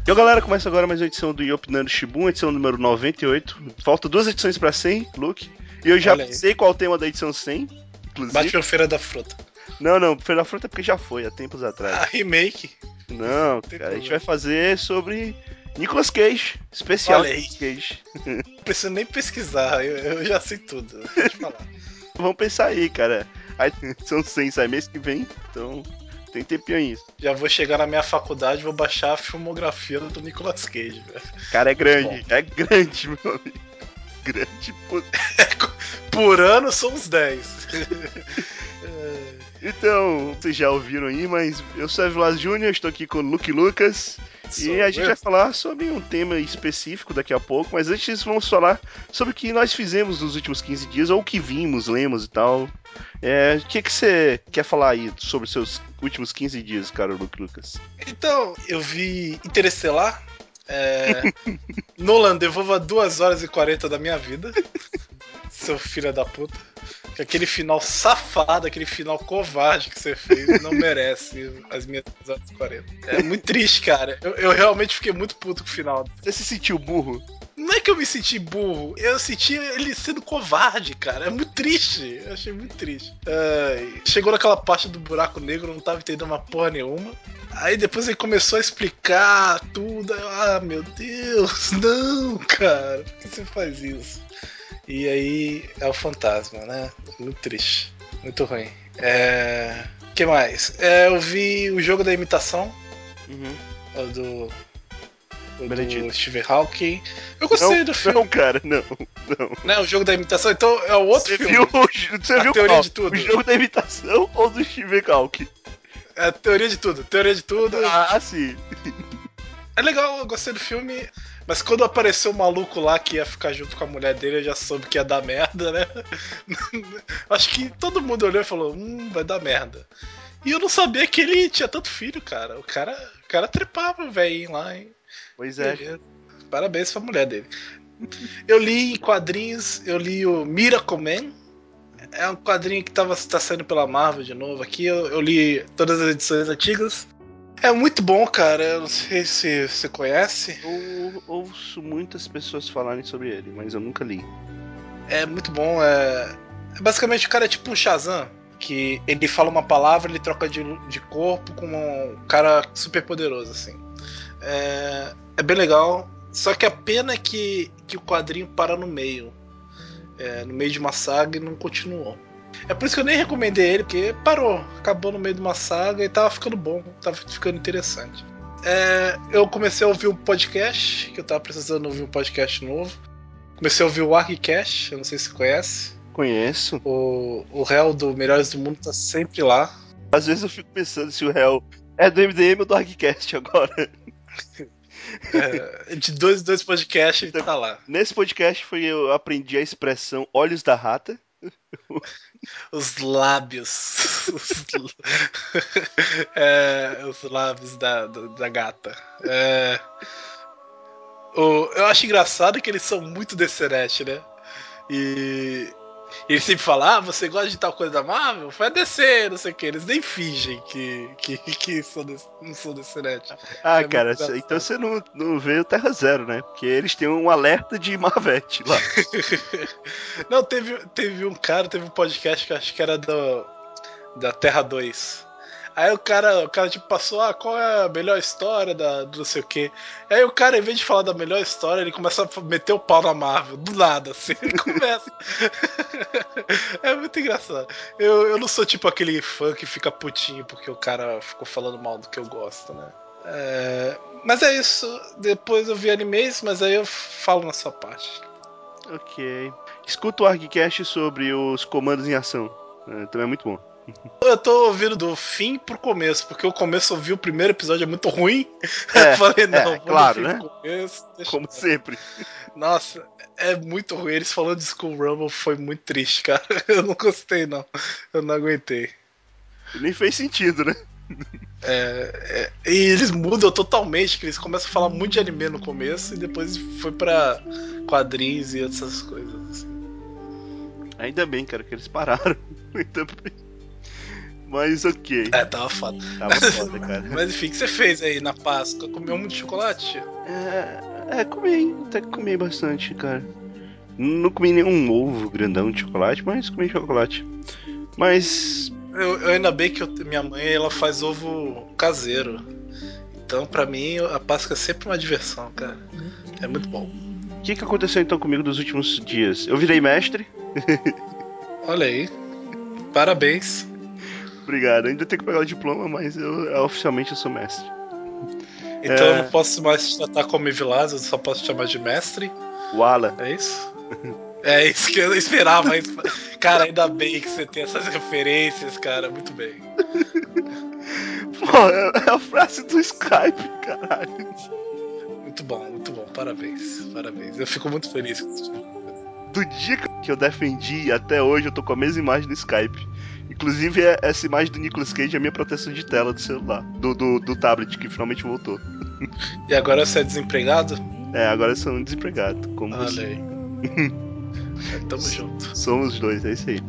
Então, galera, começa agora mais uma edição do Yopinando Shibun, edição número 98. Falta 2 edições pra 100, Luke. E eu já Olha aí. sei qual é o tema da edição 100, inclusive. Batman Feira da Fruta. Não, Feira da Fruta é porque já foi, há tempos atrás. Ah, remake. Não, Tem cara, a gente problema. vai fazer sobre Nicolas Cage, especial Olha aí. Nicolas Cage. Não preciso nem pesquisar, eu já sei tudo. Pode falar. Vamos pensar aí, cara. A edição 100 sai mês que vem, então tem tempinho aí. Já vou chegar na minha faculdade e vou baixar a filmografia do Nicolas Cage, velho. Cara, Bom. é grande, meu amigo. Grande, puta. Por ano são uns 10. Então, vocês já ouviram aí, mas eu sou Evilas Júnior, estou aqui com o Luke Lucas e a gente vai falar sobre um tema específico daqui a pouco, mas antes vamos falar sobre o que nós fizemos nos últimos 15 dias, ou o que vimos, lemos e tal. O que você quer falar aí sobre os seus últimos 15 dias, cara, Luke Lucas? Então, eu vi Interestelar. Nolan, devolva 2 horas e 40 da minha vida. Seu filho da puta. Que aquele final safado, aquele final covarde que você fez não merece as minhas 2 horas e 40. É muito triste, cara. Eu realmente fiquei muito puto com o final. Você se sentiu burro? Não é que eu me senti burro, eu senti ele sendo covarde, cara. É muito triste. Eu achei muito triste. Chegou naquela parte do buraco negro, eu não tava entendendo uma porra nenhuma. Aí depois ele começou a explicar tudo. Meu Deus, não, cara, por que você faz isso? E aí é o fantasma, né? Muito triste. Muito ruim. O que mais? Eu vi o jogo da imitação. Uhum. Do Steve Hawking. Eu gostei do filme. Não, cara, não. Né, o jogo da imitação, então é o outro filme. Você viu teoria qual? de tudo. O jogo da imitação ou do Steve Hawking? É a teoria de tudo. Teoria de tudo. Ah, sim. É legal, eu gostei do filme. Mas quando apareceu o maluco lá que ia ficar junto com a mulher dele, eu já soube que ia dar merda, né? Acho que todo mundo olhou e falou: vai dar merda. E eu não sabia que ele tinha tanto filho, cara. O cara trepava o velhinho lá, hein? Pois é. Beleza. Parabéns pra mulher dele. Eu li em quadrinhos, eu li o Miracle Man. É um quadrinho que tá saindo pela Marvel de novo aqui. Eu li todas as edições antigas. É muito bom, cara. Eu não sei se você conhece. Eu ouço muitas pessoas falarem sobre ele, mas eu nunca li. É muito bom. Basicamente o cara é tipo um Shazam. Que ele fala uma palavra, ele troca de corpo com um cara super poderoso, assim. É bem legal. Só que a pena é que o quadrinho para no meio. No meio de uma saga e não continuou. É por isso que eu nem recomendei ele, porque parou. Acabou no meio de uma saga e tava ficando bom. Tava ficando interessante. Eu comecei a ouvir um podcast, que eu tava precisando ouvir um podcast novo. Comecei a ouvir o ArcCast, eu não sei se você conhece. Conheço. O réu do Melhores do Mundo tá sempre lá. Às vezes eu fico pensando se o réu é do MDM ou do Argcast agora. De dois podcasts ele tá lá. Nesse podcast eu aprendi a expressão olhos da rata. Os lábios. Os lábios da gata. Eu acho engraçado que eles são muito DC, né? E ele sempre fala: você gosta de tal coisa da Marvel? Vai descer, não sei o que. Eles nem fingem que não são DC. Ah, É muito cara, então engraçado. você não vê o Terra Zero, né? Porque eles têm um alerta de Marvete lá. Não, teve um podcast que eu acho que era da Terra 2. Aí o cara tipo passou, qual é a melhor história do não sei o que. Aí o cara, em vez de falar da melhor história, ele começa a meter o pau na Marvel, do nada, assim, ele começa. É muito engraçado. Eu não sou tipo aquele fã que fica putinho porque o cara ficou falando mal do que eu gosto, né? Mas é isso. Depois eu vi animes, mas aí eu falo na sua parte. Ok. Escuta o Argcast sobre os comandos em ação. Também é muito bom. Eu tô ouvindo do fim pro começo, porque o começo eu vi o primeiro episódio, é muito ruim. Eu falei, não, vou do claro, fim pro né? começo. Deixa Como eu... sempre. Nossa, é muito ruim. Eles falando de Skull Rumble foi muito triste, cara. Eu não gostei, não. Eu não aguentei. E nem fez sentido, né? E eles mudam totalmente, que eles começam a falar muito de anime no começo e depois foi pra quadrinhos e essas coisas. Assim. Ainda bem, cara, que eles pararam. Ainda bem. Mas ok. Tava foda. Tava foda, cara. Mas enfim, o que você fez aí na Páscoa? Comeu muito chocolate? Comi. Até que comi bastante, cara. Não comi nenhum ovo grandão de chocolate, mas comi chocolate. Mas... Eu ainda bem que minha mãe ela faz ovo caseiro. Então, pra mim, a Páscoa é sempre uma diversão, cara. É muito bom. O que aconteceu então comigo nos últimos dias? Eu virei mestre. Olha aí. Parabéns. Obrigado. Ainda tenho que pegar o diploma, mas oficialmente eu sou mestre. Então eu não posso mais te tratar como Evilás, eu só posso te chamar de mestre. Wala. É isso? É isso que eu esperava. Cara, ainda bem que você tem essas referências, cara. Muito bem. Pô, é a frase do Skype, caralho. Muito bom. Parabéns. Parabéns. Eu fico muito feliz com isso. Do dia que eu defendi até hoje, eu tô com a mesma imagem no Skype. Inclusive, essa imagem do Nicolas Cage é a minha proteção de tela do celular, do tablet, que finalmente voltou. E agora você é desempregado? Agora eu sou um desempregado, como Olha você. aí. Tamo junto. Somos dois, é isso aí.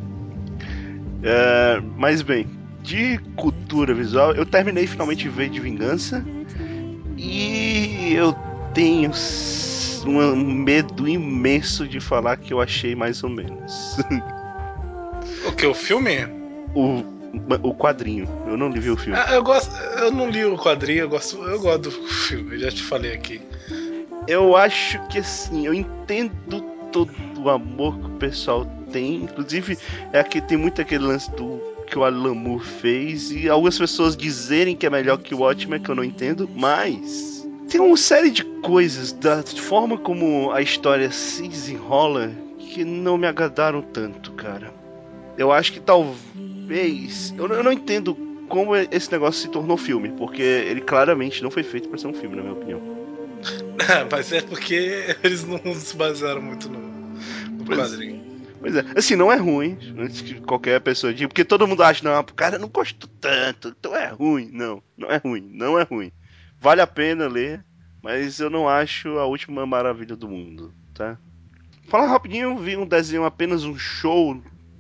Mas bem, de cultura visual, eu terminei finalmente V de Vingança. E eu tenho um medo imenso de falar que eu achei mais ou menos. O que? O filme? O quadrinho. Eu não li o filme. Eu não li o quadrinho, eu gosto do filme, eu já te falei aqui. Eu acho que assim, eu entendo todo o amor que o pessoal tem. Inclusive, aqui tem muito aquele lance do que o Alan Moore fez. E algumas pessoas dizerem que é melhor que o Watchmen, que eu não entendo, mas tem uma série de coisas da forma como a história se desenrola que não me agradaram tanto, cara. Eu acho que talvez... Eu não entendo como esse negócio se tornou filme, porque ele claramente não foi feito pra ser um filme, na minha opinião. Mas é porque eles não se basearam muito no quadrinho. Pois é, assim, não é ruim, antes que qualquer pessoa diga, porque todo mundo acha, não, cara, eu não gosto tanto, então é ruim. Não é ruim, não é ruim. Vale a pena ler, mas eu não acho a última maravilha do mundo, tá? Falar rapidinho, vi um desenho, apenas um show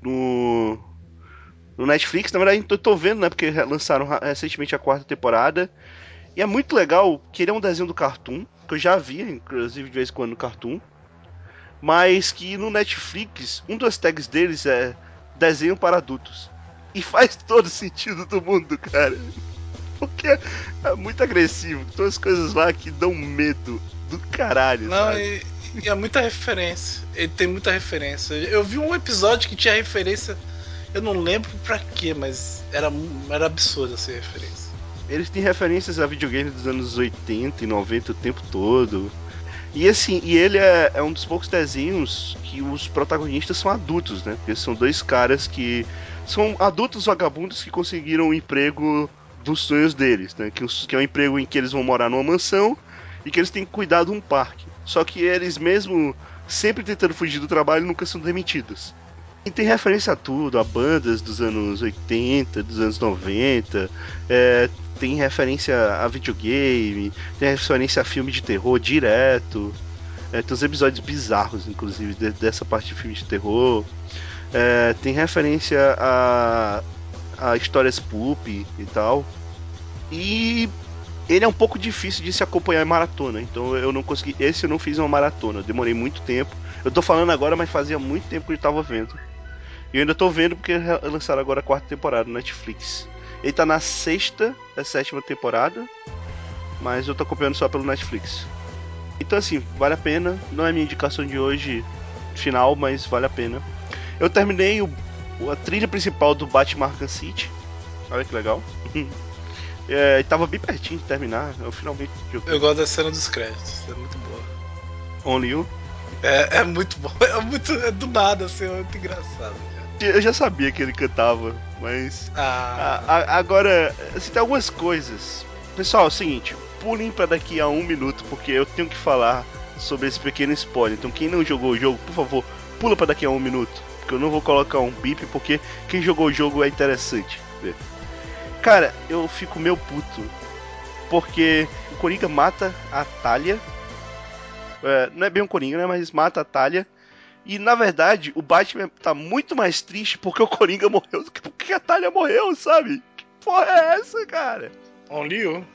no Netflix. Na verdade, eu tô vendo, né, porque lançaram recentemente a 4ª temporada. E é muito legal que ele é um desenho do Cartoon, que eu já vi, inclusive de vez em quando no Cartoon. Mas que no Netflix, um dos tags deles é desenho para adultos. E faz todo sentido do mundo, cara. Porque é muito agressivo. Tem umas coisas lá que dão medo do caralho, Não, sabe? e é muita referência. Ele tem muita referência. Eu vi um episódio que tinha referência. Eu não lembro pra quê, mas era absurda essa referência. Eles têm referências a videogames dos anos 80 e 90 o tempo todo. E assim, ele é um dos poucos desenhos que os protagonistas são adultos, né? Porque são dois caras que são adultos vagabundos que conseguiram um emprego dos sonhos deles, né? Que é um emprego em que eles vão morar numa mansão e que eles têm que cuidar de um parque. Só que eles mesmo sempre tentando fugir do trabalho nunca são demitidos. E tem referência a tudo, a bandas dos anos 80, dos anos 90, tem referência a videogame, tem referência a filme de terror direto, tem uns episódios bizarros, inclusive, dessa parte de filme de terror, tem referência a histórias pulp e tal, e ele é um pouco difícil de se acompanhar em maratona, então eu não consegui, esse eu não fiz uma maratona, eu demorei muito tempo, eu tô falando agora, mas fazia muito tempo que eu tava vendo. E eu ainda tô vendo porque lançaram agora a 4ª temporada no Netflix. Ele tá na 6ª, 7ª temporada, mas eu tô acompanhando só pelo Netflix. Então assim, vale a pena. Não é minha indicação de hoje final, mas vale a pena. Eu terminei a trilha principal do Batman Arkham City. Olha que legal. Tava bem pertinho de terminar. Eu finalmente joguei. Eu gosto da cena dos créditos, é muito boa. Only You. É muito bom, é do nada, assim, é muito engraçado. Eu já sabia que ele cantava, mas. Agora, assim, tem algumas coisas. Pessoal, é o seguinte, pulem pra daqui a 1 minuto, porque eu tenho que falar sobre esse pequeno spoiler. Então, quem não jogou o jogo, por favor, pula pra daqui a 1 minuto. Porque eu não vou colocar um bip, porque quem jogou o jogo é interessante ver. Cara, eu fico meio puto. Porque o Coringa mata a Talia. Não é bem um Coringa, né? Mas mata a Talia. E, na verdade, o Batman tá muito mais triste porque o Coringa morreu do que porque a Talia morreu, sabe? Que porra é essa, cara? Only you.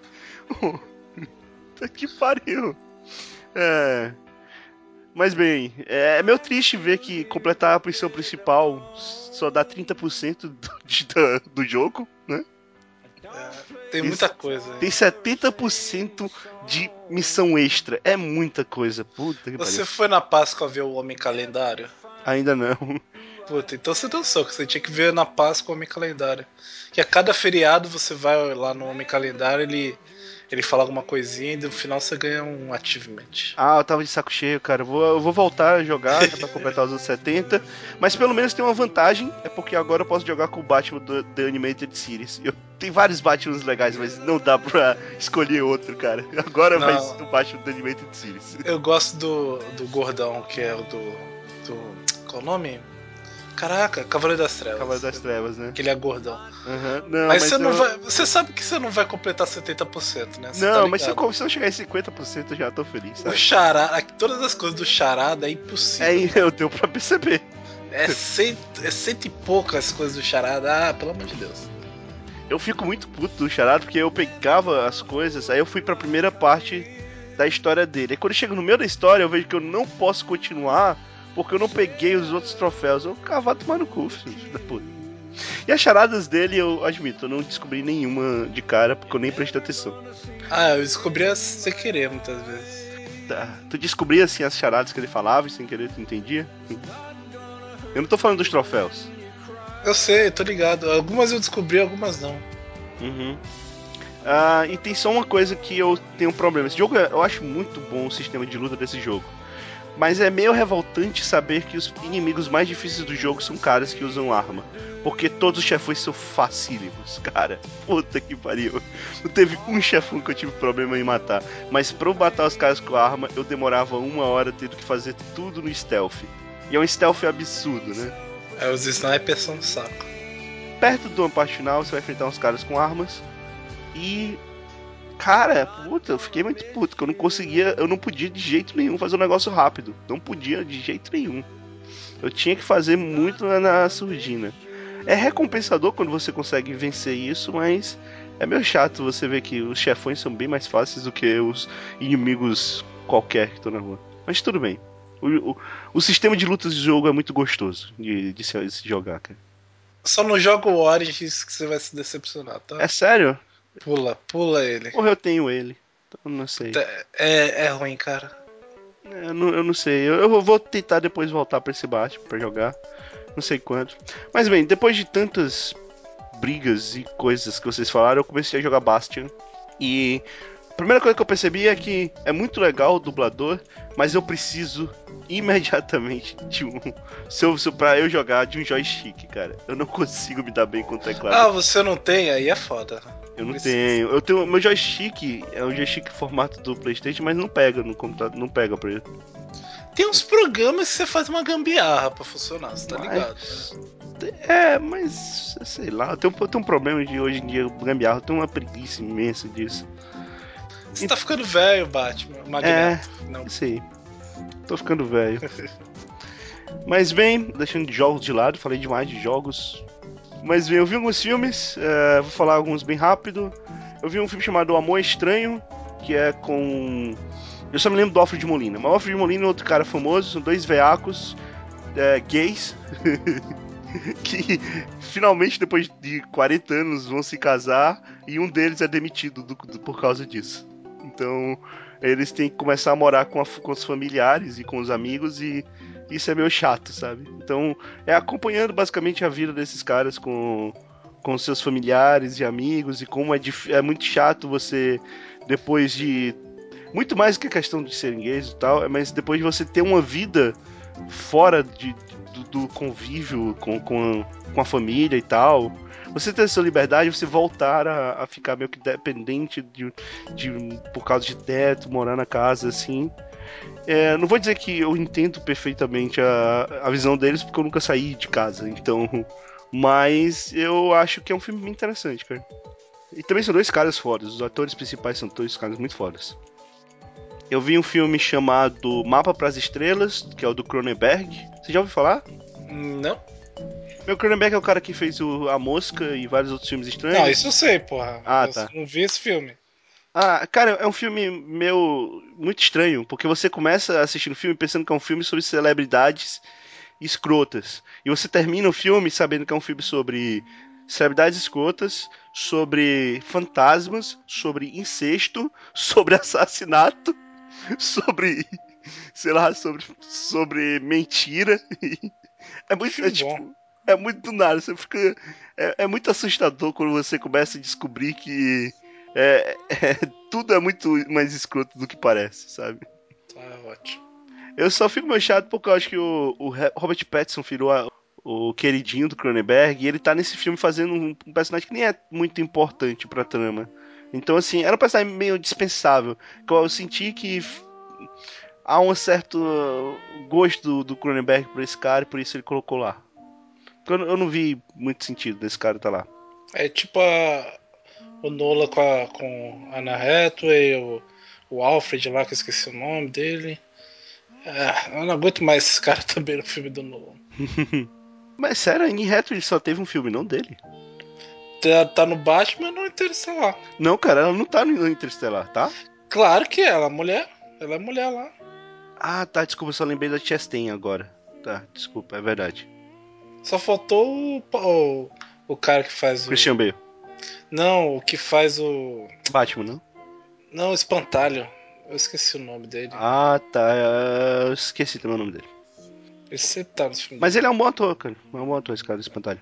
Puta que pariu. É... Mas bem, é meio triste ver que completar a missão principal só dá 30% do jogo, né? Tem muita coisa. Tem 70% de missão extra. É muita coisa. Puta que pariu. Você foi na Páscoa ver o Homem Calendário? Ainda não. Puta, então você dançou, que você tinha que ver na Páscoa o Homem Calendário. Que a cada feriado você vai lá no Homem Calendário, ele fala alguma coisinha e no final você ganha um achievement. Ah, eu tava de saco cheio, cara. Eu vou voltar a jogar, né, pra completar os outros 70. Mas pelo menos tem uma vantagem, é porque agora eu posso jogar com o Batman do The Animated Series. Tem vários Batmans legais, mas não dá pra escolher outro, cara. Agora vai Não, ser o Batman do Animated Series. eu gosto do gordão, que é o qual o nome? Caraca, Cavaleiro das Trevas. Cavaleiro das Trevas, né? Que ele é gordão. Uhum. Não, Mas você não vai. Você sabe que você não vai completar 70%, né? Você Não, tá mas se ligado. eu chegar em 50% eu já tô feliz, O sabe? charada, todas as coisas do charada é impossível. Eu deu pra perceber. É cento e poucas coisas do charada. Ah, pelo amor de Deus. Eu fico muito puto do Charada porque eu pegava as coisas, aí eu fui pra primeira parte da história dele. Aí quando chega no meio da história, eu vejo que eu não posso continuar porque eu não peguei os outros troféus. Eu cavalo tomar no cu, filho da puta. E as charadas dele, eu admito, eu não descobri nenhuma de cara porque eu nem prestei atenção. Ah, eu descobri sem querer muitas vezes. Tá. Tu descobria assim as charadas que ele falava e sem querer tu entendia? Eu não tô falando dos troféus. Eu sei, tô ligado. Algumas eu descobri, algumas não. Uhum. E tem só uma coisa que eu tenho um problema. Esse jogo, eu acho muito bom o sistema de luta desse jogo. Mas é meio revoltante saber que os inimigos mais difíceis do jogo são caras que usam arma. Porque todos os chefões são facílimos, cara. Puta que pariu. Não teve um chefão que eu tive problema em matar. Mas pra eu matar os caras com arma, eu demorava 1 hora tendo que fazer tudo no stealth. E é um stealth absurdo, né? Os snipers são um saco. Perto de uma parte final, você vai enfrentar uns caras com armas. E cara, puta, eu fiquei muito puto, que eu não podia de jeito nenhum fazer um negócio rápido. Não podia de jeito nenhum. Eu tinha que fazer muito na surdina. É recompensador quando você consegue vencer isso, mas é meio chato você ver que os chefões são bem mais fáceis do que os inimigos qualquer que estão na rua. Mas tudo bem. O sistema de lutas do jogo é muito gostoso de se jogar, cara. Só não joga o Origins que você vai se decepcionar, tá? É sério? Pula ele. Porra, eu tenho ele. Então não sei. É ruim, cara. Eu não sei. Eu vou tentar depois voltar pra esse Batman pra jogar. Não sei quando. Mas bem, depois de tantas brigas e coisas que vocês falaram, eu comecei a jogar Bastion. E a primeira coisa que eu percebi é que é muito legal o dublador, mas eu preciso imediatamente de um. Pra eu jogar de um joystick, cara. Eu não consigo me dar bem com o teclado. Ah, você não tem? Aí é foda. Eu não tenho. Eu tenho. Meu joystick é um joystick formato do PlayStation, mas não pega no computador. Não pega pra ele. Tem uns programas que você faz uma gambiarra pra funcionar, você tá ligado? Mas sei lá, eu tenho um problema de hoje em dia gambiarra, eu tenho uma preguiça imensa disso. Você tá ficando velho, Batman. Magneto. Não. Sei. Tô ficando velho. Mas bem, deixando de jogos de lado, falei demais de jogos. Mas bem, eu vi alguns filmes, vou falar alguns bem rápido. Eu vi um filme chamado Amor Estranho, que é com. Eu só me lembro do Alfred Molina. Mas o Alfred Molina é outro cara famoso, são dois veacos gays. Que finalmente, depois de 40 anos, vão se casar e um deles é demitido por causa disso. Então, eles têm que começar a morar com os familiares e com os amigos e isso é meio chato, sabe? Então, é acompanhando basicamente a vida desses caras com seus familiares e amigos e como é muito chato você, depois de... Muito mais do que a questão de serem gays e tal, mas depois de você ter uma vida fora do convívio com a família e tal, você ter sua liberdade, você voltar a ficar meio que dependente por causa de teto, morar na casa, assim. Não vou dizer que eu entendo perfeitamente a visão deles, porque eu nunca saí de casa, então... Mas eu acho que é um filme bem interessante, cara. E também são dois caras fodas, os atores principais são dois caras muito fodas. Eu vi um filme chamado Mapa pras Estrelas, que é o do Cronenberg. Você já ouviu falar? Não. Meu Cronenberg é o cara que fez A Mosca e vários outros filmes estranhos. Não, isso eu sei, porra. Ah, Eu tá. não vi esse filme. Ah, cara, é um filme muito estranho, porque você começa assistindo o filme pensando que é um filme sobre celebridades escrotas. E você termina o filme sabendo que é um filme sobre celebridades escrotas, sobre fantasmas, sobre incesto, sobre assassinato, sobre, sei lá, sobre mentira. É Que muito, filme bom. é muito do nada. Você fica, é muito assustador quando você começa a descobrir que tudo é muito mais escroto do que parece, sabe? Tá ótimo. Eu só fico manchado porque eu acho que o Robert Pattinson virou o queridinho do Cronenberg e ele tá nesse filme fazendo um personagem que nem é muito importante pra trama. Então, assim, era um personagem meio dispensável. Eu senti que há um certo gosto do Cronenberg por esse cara e por isso ele colocou lá. Eu não vi muito sentido desse cara tá lá. É tipo o Nola com a Anna Hathaway, o Alfred lá, que eu esqueci o nome dele. Eu não aguento mais esse cara também no filme do Nolan. Mas sério, a Anne Hathaway só teve um filme, não dele? Tá no Batman, não interessa lá. Não, cara, ela não tá no Interstellar, tá? Claro que ela é mulher. Ela é mulher lá. Ah, tá, desculpa, eu só lembrei da Chastain agora. Tá, desculpa, é verdade. Só faltou o cara que faz o. Christian Bale. Não, o que faz o. Batman, não? Não, o Espantalho. Eu esqueci o nome dele. Ah, tá, eu esqueci também o nome dele. Ele sempre tá nos filmes Mas do ele é um Batman. bom ator, cara. É um bom ator, esse cara do Espantalho.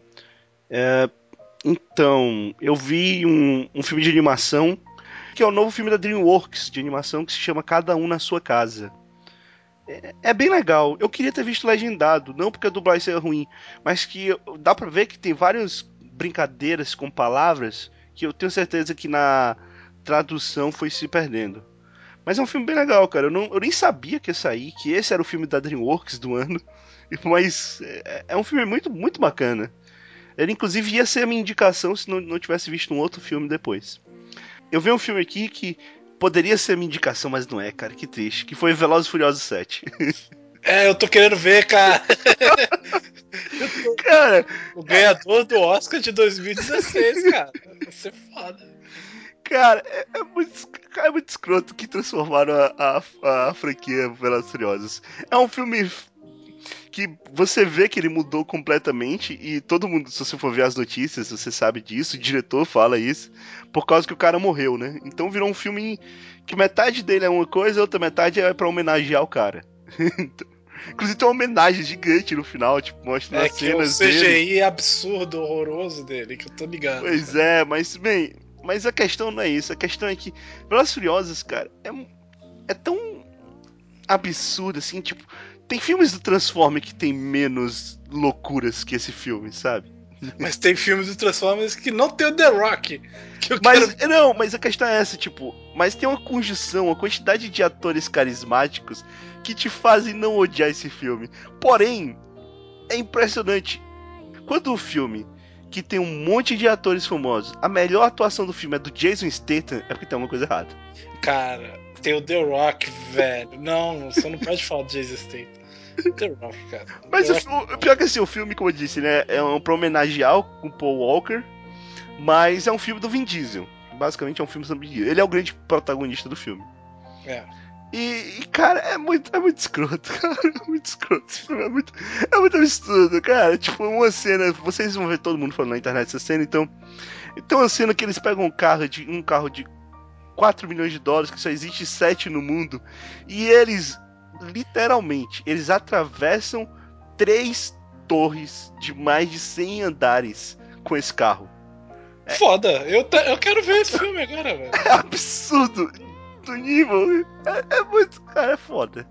Então, eu vi um filme de animação, que é o novo filme da DreamWorks de animação, que se chama Cada Um na Sua Casa. É bem legal. Eu queria ter visto legendado, não porque a dublagem seja ruim, mas que dá pra ver que tem várias brincadeiras com palavras que eu tenho certeza que na tradução foi se perdendo. Mas é um filme bem legal, cara. Eu nem sabia que ia sair, que esse era o filme da DreamWorks do ano. Mas é um filme muito bacana. Ele, inclusive, ia ser a minha indicação se não tivesse visto um outro filme depois. Eu vi um filme aqui que poderia ser a minha indicação, mas não é, cara. Que triste. Que foi Velozes e Furiosos 7. Eu tô querendo ver, cara. Cara, O ganhador do Oscar de 2016, cara. Vai ser foda. cara, é muito escroto que transformaram a franquia Velozes e Furiosos. É um filme que você vê que ele mudou completamente e todo mundo, se você for ver as notícias, você sabe disso, o diretor fala isso, por causa que o cara morreu, né? Então virou um filme que metade dele é uma coisa, a outra metade é pra homenagear o cara. Inclusive tem uma homenagem gigante no final, tipo, mostrando É as que o cenas dele. CGI absurdo, horroroso dele, que eu tô ligado. Pois é, mas bem, mas a questão não é isso, a questão é que Velozes e Furiosos, cara, é tão absurdo assim, tipo, tem filmes do Transformer que tem menos loucuras que esse filme, sabe? Mas tem filmes do Transformers que não tem o The Rock. Que eu Mas, quero. não, mas a questão é essa, tipo, mas tem uma conjunção, uma quantidade de atores carismáticos que te fazem não odiar esse filme. Porém, é impressionante. Quando o filme, que tem um monte de atores famosos, a melhor atuação do filme é do Jason Statham, é porque tem alguma coisa errada. Cara, tem o The Rock, velho. Não, você não pode falar de Jason Statham. The Rock, cara. Mas The Rock. o pior é que assim, o filme, como eu disse, né, é um pra homenagear o Paul Walker, mas é um filme do Vin Diesel. Basicamente é um filme sobre ele. Ele é o grande protagonista do filme. É. Cara, é muito escroto, cara. É muito escroto. Esse filme é muito absurdo, cara. Tipo, uma cena. Vocês vão ver todo mundo falando na internet essa cena, então. Então, uma cena que eles pegam um carro de 4 milhões de dólares, que só existe 7 no mundo, e eles, literalmente, eles atravessam 3 torres de mais de 100 andares com esse carro. Foda. Eu quero ver esse filme agora, velho. É absurdo do nível. É muito. Cara, é foda.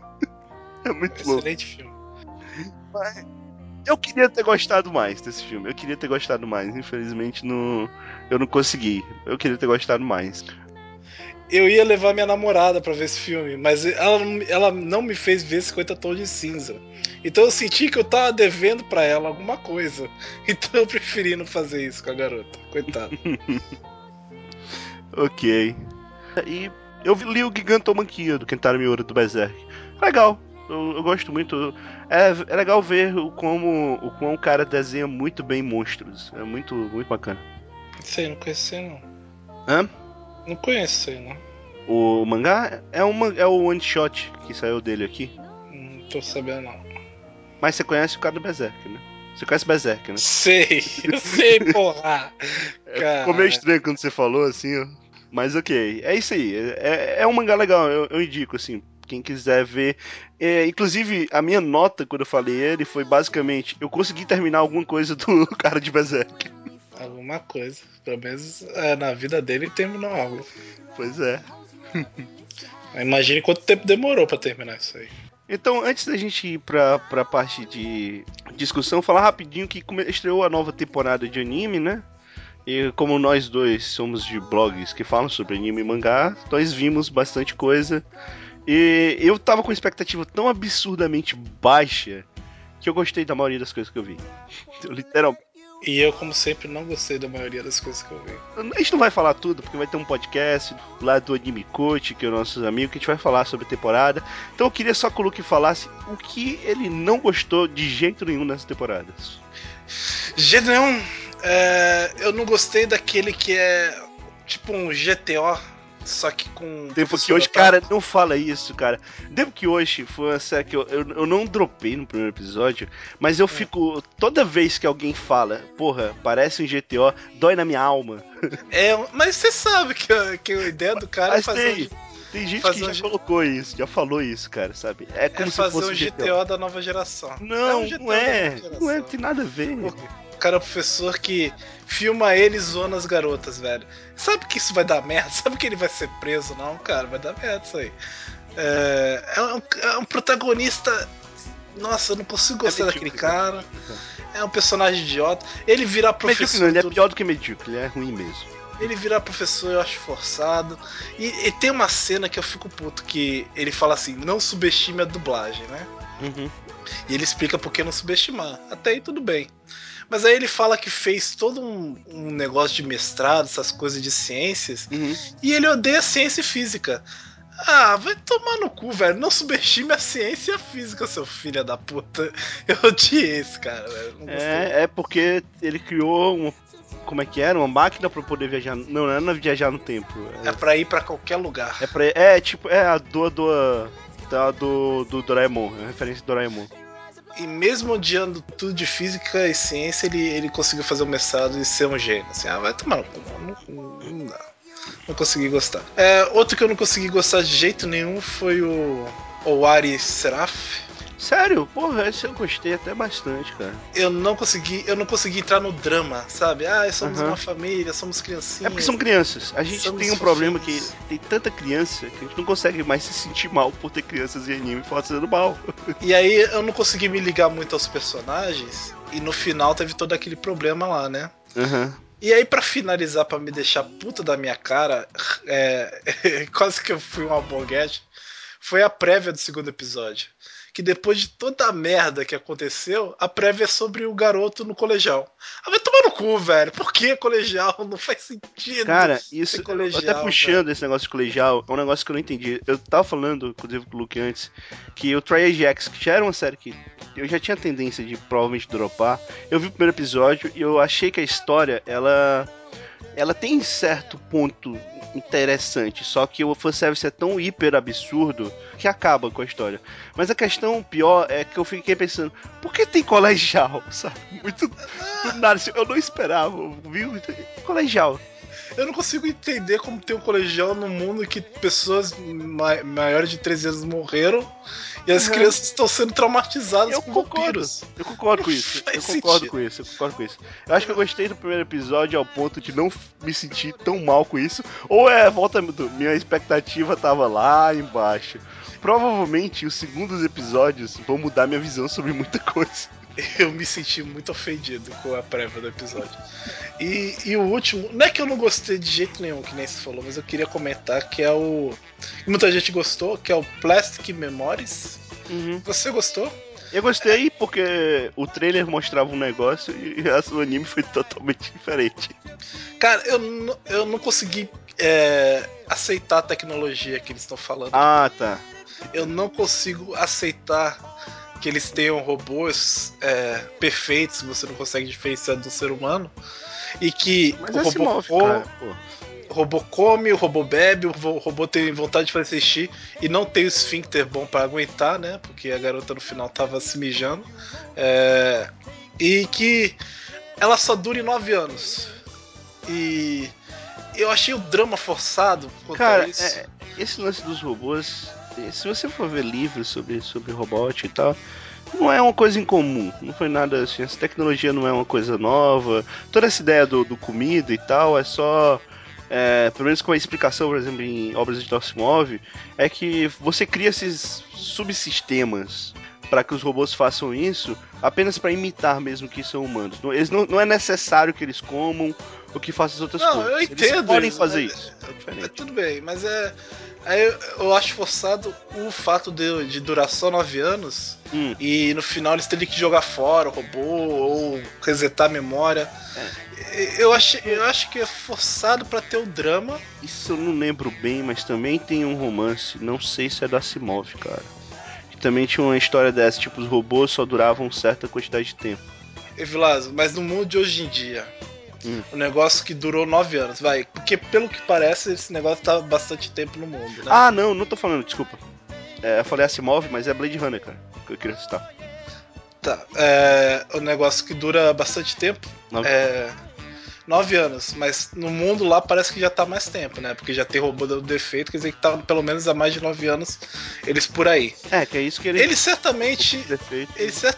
É muito louco. Excelente filme. Mas eu queria ter gostado mais desse filme. Eu queria ter gostado mais. Infelizmente, eu não consegui. Eu queria ter gostado mais. Eu ia levar minha namorada pra ver esse filme, mas ela não me fez ver 50 Tons de Cinza. Então eu senti que eu tava devendo pra ela alguma coisa. Então eu preferi não fazer isso com a garota. Coitada. Ok. E Eu li o Gigantomachia do Kentaro Miura, do Berserk. Legal. Eu gosto muito. É legal ver o quão o cara desenha muito bem monstros. É muito, muito bacana. Isso aí, não conheço isso aí, não. Hã? Não conheço isso aí, não. O mangá é o one shot que saiu dele aqui. Não tô sabendo, não. Mas você conhece o cara do Berserk, né? Você conhece Berserk, né? Sei, eu sei, porra. Ficou meio Cara, estranho quando você falou, assim, ó. Mas ok, é isso aí. É um mangá legal, eu indico, assim. Quem quiser ver. Inclusive, a minha nota quando eu falei ele foi basicamente: eu consegui terminar alguma coisa do cara de Berserk. alguma coisa. Pelo menos na vida dele terminou algo. Pois é. Imagine quanto tempo demorou pra terminar isso aí. Então, antes da gente ir pra parte de discussão, falar rapidinho que estreou a nova temporada de anime, né? E como nós dois somos de blogs que falam sobre anime e mangá, nós vimos bastante coisa. E eu tava com expectativa tão absurdamente baixa que eu gostei da maioria das coisas que eu vi. Literalmente. E eu, como sempre, não gostei da maioria das coisas que eu vi. A gente não vai falar tudo, porque vai ter um podcast lá do Anime Coach, que é o nossos amigos, que a gente vai falar sobre a temporada. Então eu queria só que o Luke falasse o que ele não gostou de jeito nenhum nessas temporadas. Jeito nenhum, eu não gostei daquele que é tipo um GTO, só que com Tempo que hoje, cara, não fala isso, cara. Tempo que hoje foi uma série que eu não dropei no primeiro episódio, mas eu fico. Toda vez que alguém fala, porra, parece um GTO, dói na minha alma. Mas você sabe que a ideia do cara é Mas fazer tem gente fazer que já colocou isso, já falou isso, cara, sabe? É como se fazer fosse um um GTO da nova geração. É um Não, GTO não da nova é. geração. Não é, tem nada a ver. O cara é o professor que filma ele zoando as garotas, velho. Sabe que isso vai dar merda? Sabe que ele vai ser preso? Não, cara, vai dar merda isso aí. É um protagonista. Nossa, eu não consigo gostar daquele cara. É um personagem idiota. Ele virar professor. Medíocre não, ele é pior do que medíocre, ele é ruim mesmo. Ele virar professor eu acho forçado. E tem uma cena que eu fico puto, que ele fala assim, não subestime a dublagem, né? Uhum. E ele explica por que não subestimar. Até aí tudo bem. Mas aí ele fala que fez todo um negócio de mestrado, essas coisas de ciências, e ele odeia ciência e física. Ah, vai tomar no cu, velho. Não subestime a ciência e a física, seu filho da puta. Eu odiei esse cara, velho. Não gostei. É porque ele criou uma. Como é que era? Uma máquina pra poder viajar. Não era viajar no tempo. É pra ir pra qualquer lugar. É a do Doraemon, é a referência do Doraemon. E mesmo odiando tudo de física e ciência, ele conseguiu fazer o mestrado e ser um gênio. Assim, vai tomar no cu, não dá. Não consegui gostar. Outro que eu não consegui gostar de jeito nenhum foi o Owari Seraph. Sério? Porra, esse eu gostei até bastante, cara. Eu não consegui entrar no drama, sabe? Somos uma Aham. família, somos É porque criancinhas. são crianças. A gente Somos tem um problema que fofinhos. tem tanta criança que a gente não consegue mais se sentir mal por ter crianças em anime fazendo mal. E aí eu não consegui me ligar muito aos personagens. E no final teve todo aquele problema lá, né? Aham. E aí, pra finalizar, pra me deixar puta da minha cara, quase que eu fui um alborguete, foi a prévia do segundo episódio. Que depois de toda a merda que aconteceu, a prévia é sobre o garoto no colegial. Vai tomar no cu, velho. Por que colegial? Não faz sentido Cara, ser isso, até colegial, velho. puxando esse negócio de colegial, é um negócio que eu não entendi. Eu tava falando, inclusive, com o Luke antes, que o Triage X, que já era uma série que eu já tinha tendência de provavelmente dropar, eu vi o primeiro episódio e eu achei que a história, ela tem certo ponto interessante, só que o fanservice é tão hiper absurdo que acaba com a história. Mas a questão pior é que eu fiquei pensando, por que tem colegial, sabe? Muito do nada, assim, eu não esperava, viu? Colegial. Eu não consigo entender como tem um colegial no mundo em que pessoas maiores de 13 anos morreram e as Uhum. crianças estão sendo traumatizadas Eu com concordo. vampiros. Eu concordo Não com isso. faz Eu concordo sentido. com isso. Eu concordo com isso. Eu acho que eu gostei do primeiro episódio ao ponto de não me sentir tão mal com isso. Ou minha expectativa tava lá embaixo. Provavelmente os segundos episódios vão mudar minha visão sobre muita coisa. Eu me senti muito ofendido com a prévia do episódio. E o último, não é que eu não gostei de jeito nenhum, que nem você falou, mas eu queria comentar que é o. Muita gente gostou, que é o Plastic Memories. Uhum. Você gostou? Eu gostei porque o trailer mostrava um negócio e o anime foi totalmente diferente. Cara, eu não consegui aceitar a tecnologia que eles estão falando. Ah, tá. Eu não consigo aceitar que eles tenham robôs perfeitos, que você não consegue diferenciar do ser humano, e que Mas o robô cara, pô. o robô come, o robô bebe, o robô tem vontade de fazer xixi e não tem o esfíncter bom pra aguentar, né? Porque a garota no final tava se mijando. E que ela só dure 9 anos. E eu achei o drama forçado quanto a Cara, isso. esse lance dos robôs, se você for ver livros sobre robótica e tal, não é uma coisa incomum. Não foi nada assim. Essa tecnologia não é uma coisa nova. Toda essa ideia do comida e tal é só. Pelo menos com a explicação, por exemplo, em obras de Asimov, é que você cria esses subsistemas para que os robôs façam isso apenas para imitar mesmo que são humanos. Não é necessário que eles comam ou que façam as outras Não, coisas. eu Eles entendo podem isso, fazer mas isso. É diferente. tudo bem, mas aí eu acho forçado o fato de durar só 9 anos e no final eles terem que jogar fora o robô ou resetar a memória. Eu acho que é forçado pra ter o drama. Isso eu não lembro bem, mas também tem um romance, não sei se é da Asimov, cara. Que também tinha uma história dessa, tipo, os robôs só duravam certa quantidade de tempo. Evilazo, mas no mundo de hoje em dia, Hum. um negócio que durou 9 anos, vai. Porque pelo que parece, esse negócio tá bastante tempo no mundo, né? Ah, não tô falando, desculpa. Eu falei Asimov, mas é Blade Runner, cara, que eu queria citar. Tá. O negócio que dura bastante tempo. Não. 9 anos, mas no mundo lá parece que já tá mais tempo, né? Porque já tem robô dando defeito, quer dizer que tá pelo menos há mais de 9 anos eles por aí. Que é isso que Eles certamente. defeito.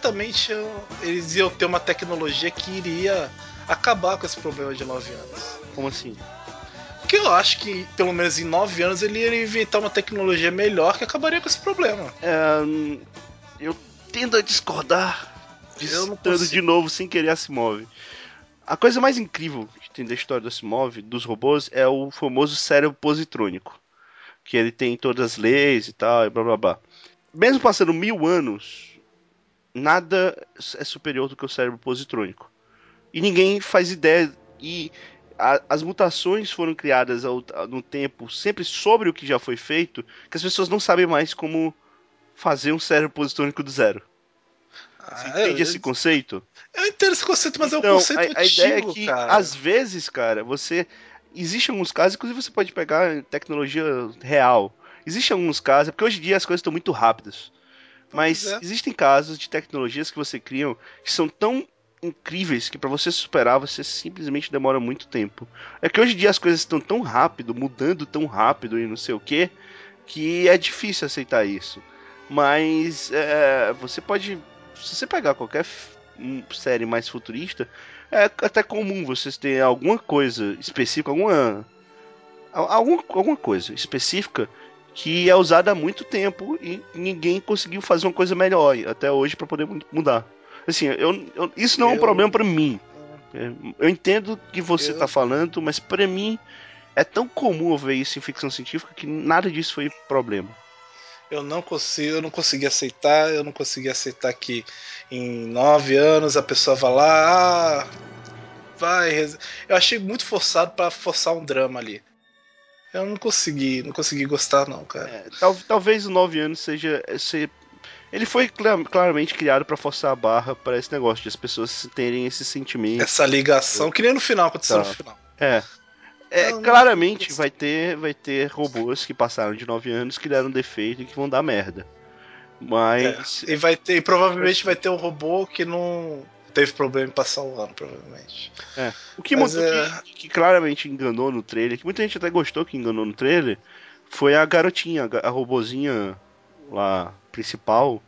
Eles iam ter uma tecnologia que iria acabar com esse problema de 9 anos. Como assim? Porque eu acho que, pelo menos em 9 anos, ele iria inventar uma tecnologia melhor que acabaria com esse problema. Eu tendo a discordar, Eu não citando de consigo. novo sem querer Asimov. A coisa mais incrível que tem da história do Asimov, dos robôs, é o famoso cérebro positrônico. Que ele tem todas as leis e tal, e blá blá blá. Mesmo passando 1000 anos, nada é superior do que o cérebro positrônico. E ninguém faz ideia. E as mutações foram criadas no tempo sempre sobre o que já foi feito, que as pessoas não sabem mais como fazer um cérebro positrônico do zero. Você Ah, entende esse conceito? eu entendo esse conceito, mas é um Então, conceito a ideia é antigo, que, cara. às vezes, cara, você. Existem alguns casos, inclusive você pode pegar tecnologia real. Existem alguns casos, porque hoje em dia as coisas estão muito rápidas. Pois Mas é. existem casos de tecnologias que você cria que são tão incríveis que para você superar você simplesmente demora muito tempo. É que hoje em dia as coisas estão tão rápido, mudando tão rápido e não sei o que é difícil aceitar isso. Mas você pode, se você pegar qualquer série mais futurista, é até comum vocês terem alguma coisa específica, alguma coisa específica que é usada há muito tempo e ninguém conseguiu fazer uma coisa melhor até hoje para poder mudar. Assim, isso não é um problema Eu. para mim. Eu entendo o que você tá Eu. falando, mas para mim é tão comum eu ver isso em ficção científica que nada disso foi problema. Eu não consegui aceitar que em 9 anos a pessoa vai lá, Eu achei muito forçado pra forçar um drama ali. Eu não consegui gostar não, cara. Talvez o 9 anos ele foi claramente criado para forçar a barra para esse negócio de as pessoas terem esse sentimento. Essa ligação, que nem no final, aconteceu no Tá. final. É, Eu não claramente gostei. vai ter robôs que passaram de 9 anos que deram defeito e que vão dar merda. Mas. E provavelmente vai ter um robô que não teve problema em passar o ano, provavelmente. O que, Mas o que claramente enganou no trailer, que muita gente até gostou que enganou no trailer, foi a garotinha, a robozinha lá principal.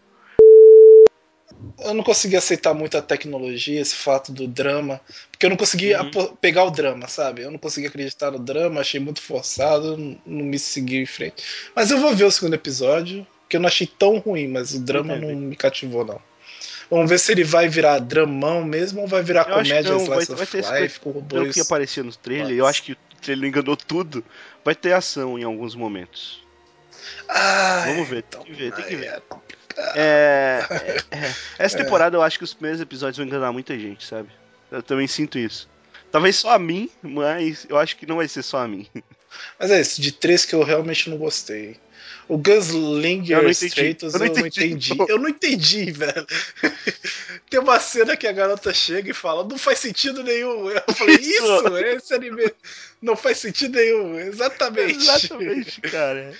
eu não consegui aceitar muito a tecnologia, esse fato do drama, porque eu não consegui Uhum. pegar o drama, sabe? Eu não consegui acreditar no drama, achei muito forçado, não me seguiu em frente. Mas eu vou ver o segundo episódio, que eu não achei tão ruim, mas o drama não Entendi. me cativou, não. Vamos ver se ele vai virar dramão mesmo ou vai virar Eu acho que comédia não, slice vai of ter esse life com pelo que robôs. aparecia no trailer, eu Mas... acho que o trailer enganou tudo. Vai ter ação em alguns momentos. Vamos ver, tem então que ver, tem que aí ver. é complicado. Essa temporada eu acho que os primeiros episódios vão enganar muita gente, sabe? Eu também sinto isso. Talvez só a mim, mas eu acho que não vai ser só a mim. Mas é isso, de 3 que eu realmente não gostei. O Gunslinger Stratos eu não entendi. Eu não entendi, velho. Tem uma cena que a garota chega e fala: não faz sentido nenhum. Eu falei: isso, esse anime não faz sentido nenhum. Exatamente. Exatamente, cara.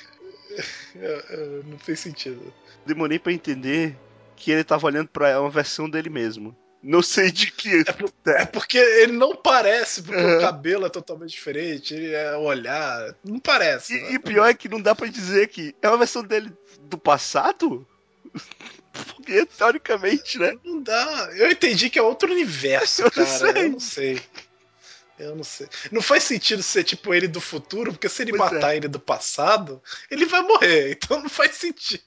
Não fez sentido. Demorei pra entender que ele tava olhando pra uma versão dele mesmo. Não sei de que. É porque ele não parece, porque o cabelo é totalmente diferente, ele é o olhar. Não parece. E pior é que não dá pra dizer que é uma versão dele do passado? Porque, teoricamente, né? Não dá. Eu entendi que é outro universo, cara. Eu não sei. Eu não sei. Não faz sentido ser tipo ele do futuro, porque se ele matar ele do passado, ele vai morrer. Então não faz sentido.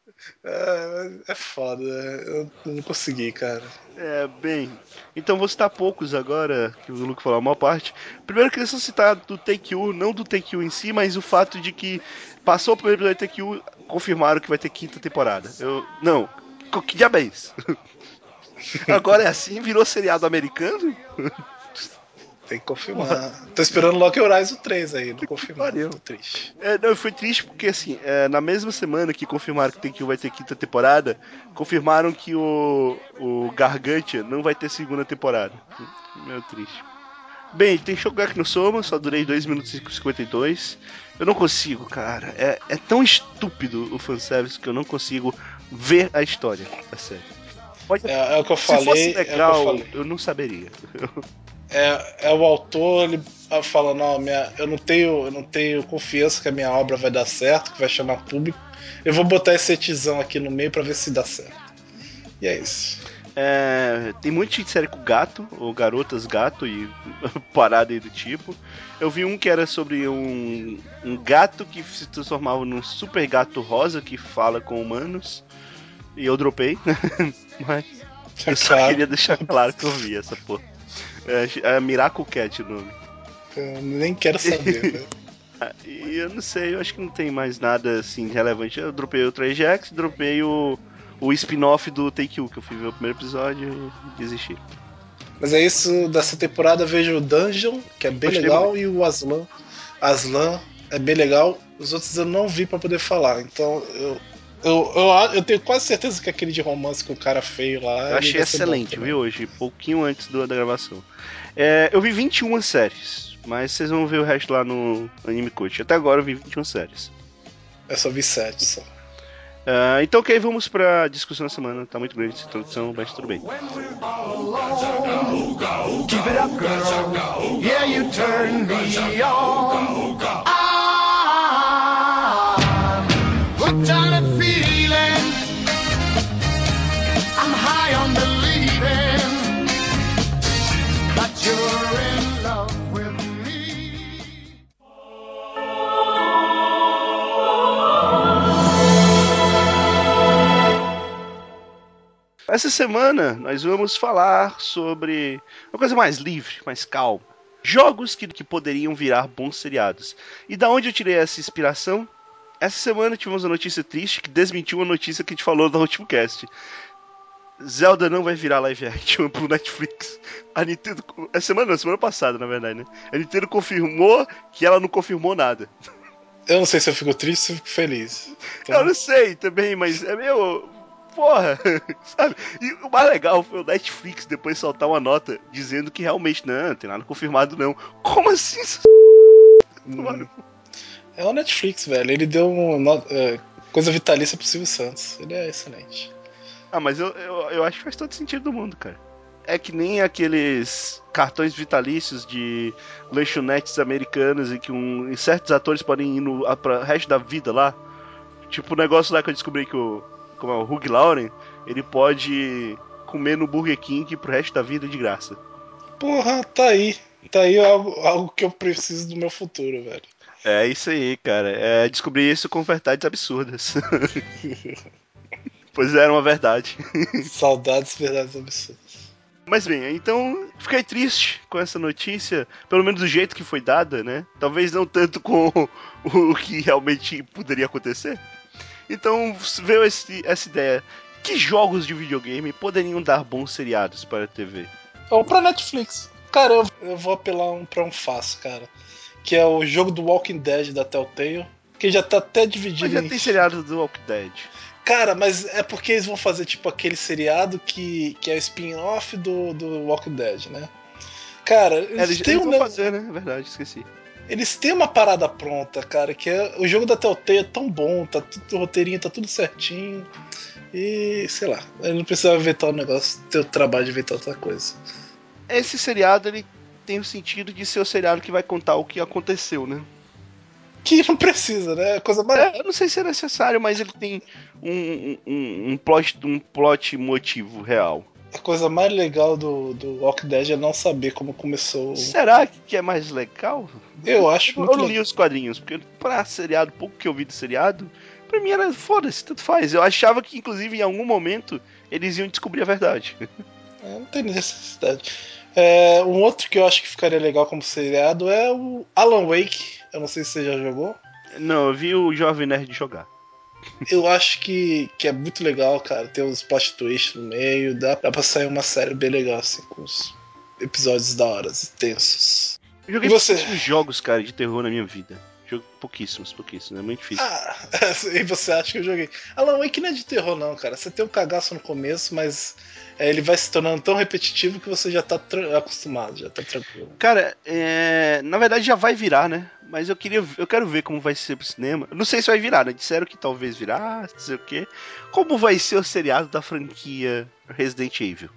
É foda. Eu não consegui, cara. Bem. Então vou citar poucos agora, que o Luke falou a maior parte. Primeiro eu queria só citar do Take-Two, não do Take-Two em si, mas o fato de que passou o primeiro episódio do Take-Two, confirmaram que vai ter quinta temporada. Não, que diabo é isso? Agora é assim? Virou seriado americano? Tem que confirmar. Tô esperando Loki Horizon 3 aí, não confirmar. Tô triste. Não, foi triste porque, assim, na mesma semana que confirmaram que Take-Two vai ter quinta temporada, confirmaram que o Gargantia não vai ter segunda temporada. Meio triste. Bem, tem Shokugeki no Soma, só durei 2 minutos e 52. Eu não consigo, cara. É tão estúpido o fanservice que eu não consigo ver a história da série. É o que eu falei. Se fosse legal, eu não saberia. É o autor ele fala, não, eu não tenho confiança que a minha obra vai dar certo, que vai chamar público. Eu vou botar esse etizão aqui no meio pra ver se dá certo. E é isso. Tem muita série com gato, ou garotas gato e parada aí do tipo. Eu vi um que era sobre um gato que se transformava num super gato rosa que fala com humanos. E eu dropei, mas eu só queria deixar claro que eu vi essa porra. É Miracle Cat o nome. Eu nem quero saber, velho. E eu não sei, eu acho que não tem mais nada assim relevante. Eu dropei o Trash X, dropei o spin-off do Take-Two, que eu fui ver o primeiro episódio e desisti. Mas é isso, dessa temporada eu vejo o Dungeon, que é bem legal, muito. E o Aslan. Aslan é bem legal. Os outros eu não vi pra poder falar. Então eu tenho quase certeza que aquele de romance com o cara feio lá. Eu achei excelente, vi hoje, pouquinho antes da gravação. Eu vi 21 séries, mas vocês vão ver o resto lá no Anime Coach. Até agora eu vi 21 séries. Eu só vi 7 só. Então, ok, vamos pra discussão da semana. Tá muito grande essa introdução, mas tudo bem. Keep it up, girl. Yeah, you turn me on. Hooked on a feeling. I'm high on believing that you're in love with me. Essa semana nós vamos falar sobre uma coisa mais livre, mais calma. Jogos que poderiam virar bons seriados. E da onde eu tirei essa inspiração? Essa semana tivemos uma notícia triste que desmentiu uma notícia que a gente falou no último cast. Zelda não vai virar live action pro Netflix. A Nintendo. Semana passada, na verdade, né? A Nintendo confirmou que ela não confirmou nada. Eu não sei se eu fico triste ou fico feliz. Então... Eu não sei também, mas é meio. Porra, sabe? E o mais legal foi o Netflix depois soltar uma nota dizendo que realmente não tem nada confirmado não. Como assim? É o Netflix, velho. Ele deu coisa vitalícia pro Silvio Santos. Ele é excelente. Mas eu acho que faz todo sentido do mundo, cara. É que nem aqueles cartões vitalícios de lanchonetes americanas em que certos atores podem ir para o resto da vida lá. Tipo o negócio lá que eu descobri que como é o Hugh Lauren, ele pode comer no Burger King pro resto da vida de graça. Porra, tá aí. Tá aí algo que eu preciso do meu futuro, velho. É isso aí, cara. Descobri isso com verdades absurdas. Pois era uma verdade. Saudades, verdades absurdas. Mas bem, então fiquei triste com essa notícia, pelo menos do jeito que foi dada, né? Talvez não tanto com o que realmente poderia acontecer. Então veio essa ideia. Que jogos de videogame poderiam dar bons seriados para a TV? Ou pra Netflix. Cara, eu vou apelar pra um fácil, cara. que é o jogo do Walking Dead da Telltale, que já tá até dividido Mas já tem seriado do Walking Dead. Cara, mas é porque eles vão fazer tipo aquele seriado que é o spin-off do Walking Dead, né? Cara, Eles vão fazer, né? É verdade, esqueci. Eles têm uma parada pronta, cara, que é o jogo da Telltale é tão bom, tá tudo, o roteirinho tá tudo certinho. E, sei lá, eu não precisava inventar um negócio, ter o trabalho de inventar outra coisa. Esse seriado, ele tem o sentido de ser o seriado que vai contar o que aconteceu, né? Que não precisa, né? É coisa mais. Eu não sei se é necessário, mas ele tem um plot motivo real. A coisa mais legal do Walking Dead é não saber como começou. Será que é mais legal? Eu acho muito Eu não li legal. os quadrinhos, porque pra seriado, pouco que eu vi do seriado, pra mim era foda-se, tanto faz. Eu achava que, inclusive, em algum momento, eles iam descobrir a verdade. Não tem necessidade. Um outro que eu acho que ficaria legal como seriado é o Alan Wake. Eu não sei se você já jogou. Não, eu vi o Jovem Nerd jogar. Eu acho que é muito legal, cara. Tem uns plot twists no meio. Dá pra sair uma série bem legal, assim, com os episódios da hora, tensos. Eu joguei E você? pouquíssimos jogos, cara, de terror na minha vida. Jogo pouquíssimos, é muito difícil. E você acha que eu joguei? Alan Wake não é de terror, não, cara. Você tem um cagaço no começo, mas ele vai se tornando tão repetitivo que você já tá acostumado, já tá tranquilo. Cara, na verdade já vai virar, né? Mas eu quero ver como vai ser pro cinema. Não sei se vai virar, né? Disseram que talvez virar, não sei o quê. Como vai ser o seriado da franquia Resident Evil?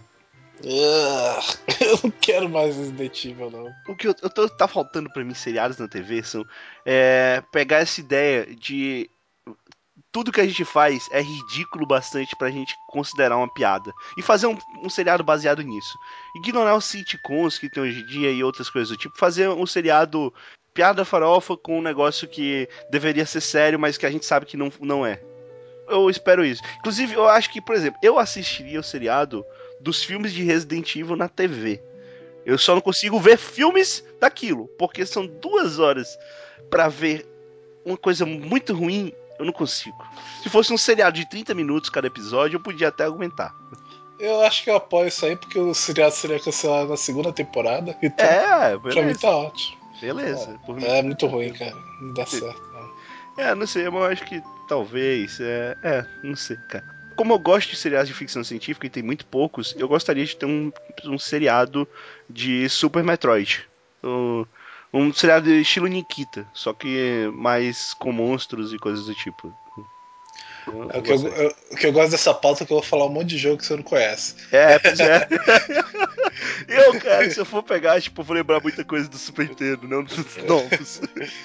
Eu não quero mais Resident Evil, não. O que tá faltando pra mim seriados na TV são pegar essa ideia de tudo que a gente faz é ridículo bastante pra gente considerar uma piada. E fazer um seriado baseado nisso. Ignorar os sitcoms que tem hoje em dia e outras coisas do tipo. Fazer um seriado piada farofa com um negócio que deveria ser sério, mas que a gente sabe que não é. Eu espero isso. Inclusive, eu acho que, por exemplo, eu assistiria o seriado dos filmes de Resident Evil na TV. Eu só não consigo ver filmes daquilo, porque são 2 horas pra ver uma coisa muito ruim, eu não consigo. Se fosse um seriado de 30 minutos cada episódio, eu podia até aguentar. Eu acho que eu apoio isso aí porque o seriado seria cancelado na segunda temporada. Então, pra mim Beleza. tá ótimo. Beleza, por mim. É muito ruim, cara. Não dá certo, não. Não sei, mas eu acho que talvez. Não sei, cara. Como eu gosto de seriados de ficção científica e tem muito poucos, eu gostaria de ter um seriado de Super Metroid. Um seriado de estilo Nikita, só que mais com monstros e coisas do tipo. Eu gostaria. O que eu gosto dessa pauta é que eu vou falar um monte de jogo que você não conhece. Pois é. Cara, se eu for pegar, tipo, eu vou lembrar muita coisa do Super Nintendo, não dos novos.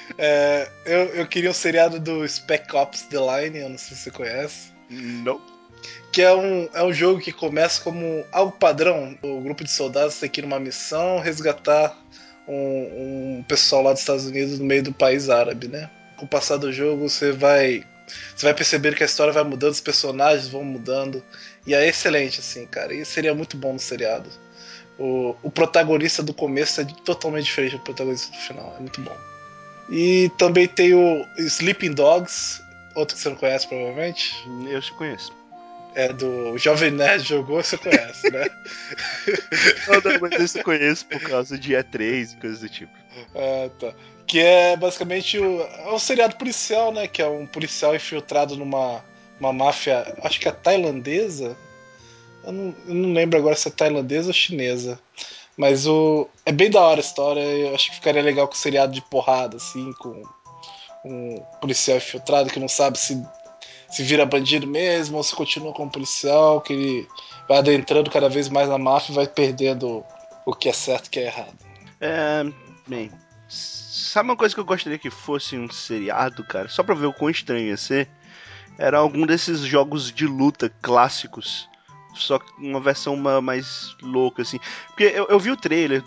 Eu queria um seriado do Spec Ops The Line, eu não sei se você conhece. Não. Que é um jogo que começa como algo padrão. O grupo de soldados tem que ir numa missão resgatar um pessoal lá dos Estados Unidos no meio do país árabe, né? Com o passar do jogo, você vai perceber que a história vai mudando, os personagens vão mudando. E é excelente, assim, cara. E seria muito bom no seriado. O protagonista do começo é totalmente diferente do protagonista do final. É muito bom. E também tem o Sleeping Dogs, outro que você não conhece provavelmente. Eu te conheço. É do Jovem Nerd jogou, você conhece, né? Não, mas esse eu conheço por causa de E3 e coisas do tipo. Tá. Que é basicamente um seriado policial, né? Que é um policial infiltrado numa máfia, acho que é tailandesa. Eu não lembro agora se é tailandesa ou chinesa. Mas é bem da hora a história. Eu acho que ficaria legal com seriado de porrada, assim, com um policial infiltrado que não sabe se vira bandido mesmo ou se continua como policial, que ele vai adentrando cada vez mais na máfia e vai perdendo o que é certo e o que é errado. Bem, sabe uma coisa que eu gostaria que fosse um seriado, cara? Só pra ver o quão estranho ia ser? Era algum desses jogos de luta clássicos. Só que uma versão mais louca, assim. Porque eu vi o trailer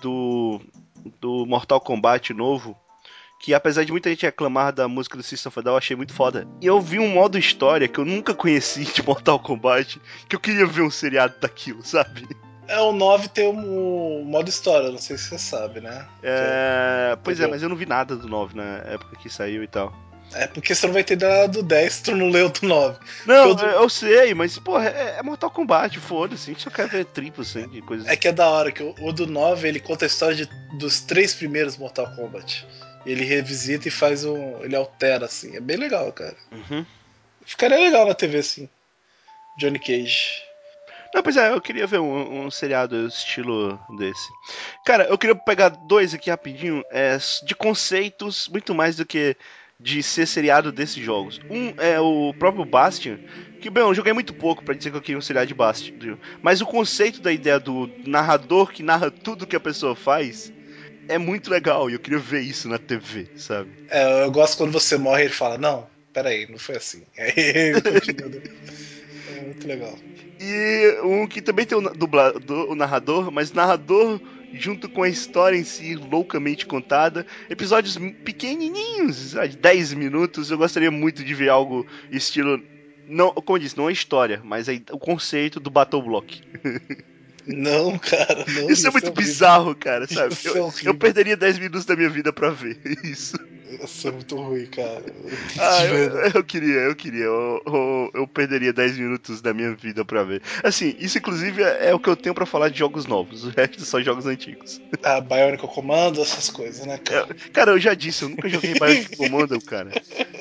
do Mortal Kombat novo, que apesar de muita gente reclamar da música do System of a Down, eu achei muito foda. E eu vi um modo história que eu nunca conheci de Mortal Kombat, que eu queria ver um seriado daquilo, sabe? O 9 tem um modo história, não sei se você sabe, né? Pois é, mas eu não vi nada do 9 na época que saiu e tal. É porque você não vai entender nada do 10 se tu não leu do 9. Não, eu sei, mas, porra, é Mortal Kombat, foda-se. A gente só quer ver triplo, assim, de coisas. É que é da hora, que o do 9 ele conta a história dos 3 primeiros Mortal Kombat. Ele revisita e faz um. Ele altera, assim. É bem legal, cara. Uhum. Ficaria legal na TV, assim. Johnny Cage. Não, pois é, eu queria ver um seriado estilo desse. Cara, eu queria pegar dois aqui rapidinho, de conceitos, muito mais do que de ser seriado desses jogos. Um é o próprio Bastion, que, bem, eu joguei muito pouco pra dizer que eu queria um seriado de Bastion, mas o conceito da ideia do narrador que narra tudo que a pessoa faz é muito legal e eu queria ver isso na TV, sabe? É, eu gosto quando você morre e ele fala, não, peraí, não foi assim. Aí ele continua. É muito legal. E um que também tem o narrador, mas narrador junto com a história em si, loucamente contada. Episódios pequenininhos, de 10 minutos. Eu gostaria muito de ver algo estilo. Não, como eu disse, não a história, mas o conceito do Battle Block. Não, cara, não, Isso ia é ser muito horrível. bizarro, cara, Ia sabe? ser Eu horrível. perderia 10 minutos da minha vida pra ver isso. Ia ser muito ruim, cara. Ah, De verdade. eu queria. Eu perderia 10 minutos da minha vida pra ver. Assim, isso inclusive é o que eu tenho pra falar de jogos novos. O resto são jogos antigos. A Bionicle Commando, essas coisas, né, cara? Cara, eu já disse, eu nunca joguei Bionic Commando, cara.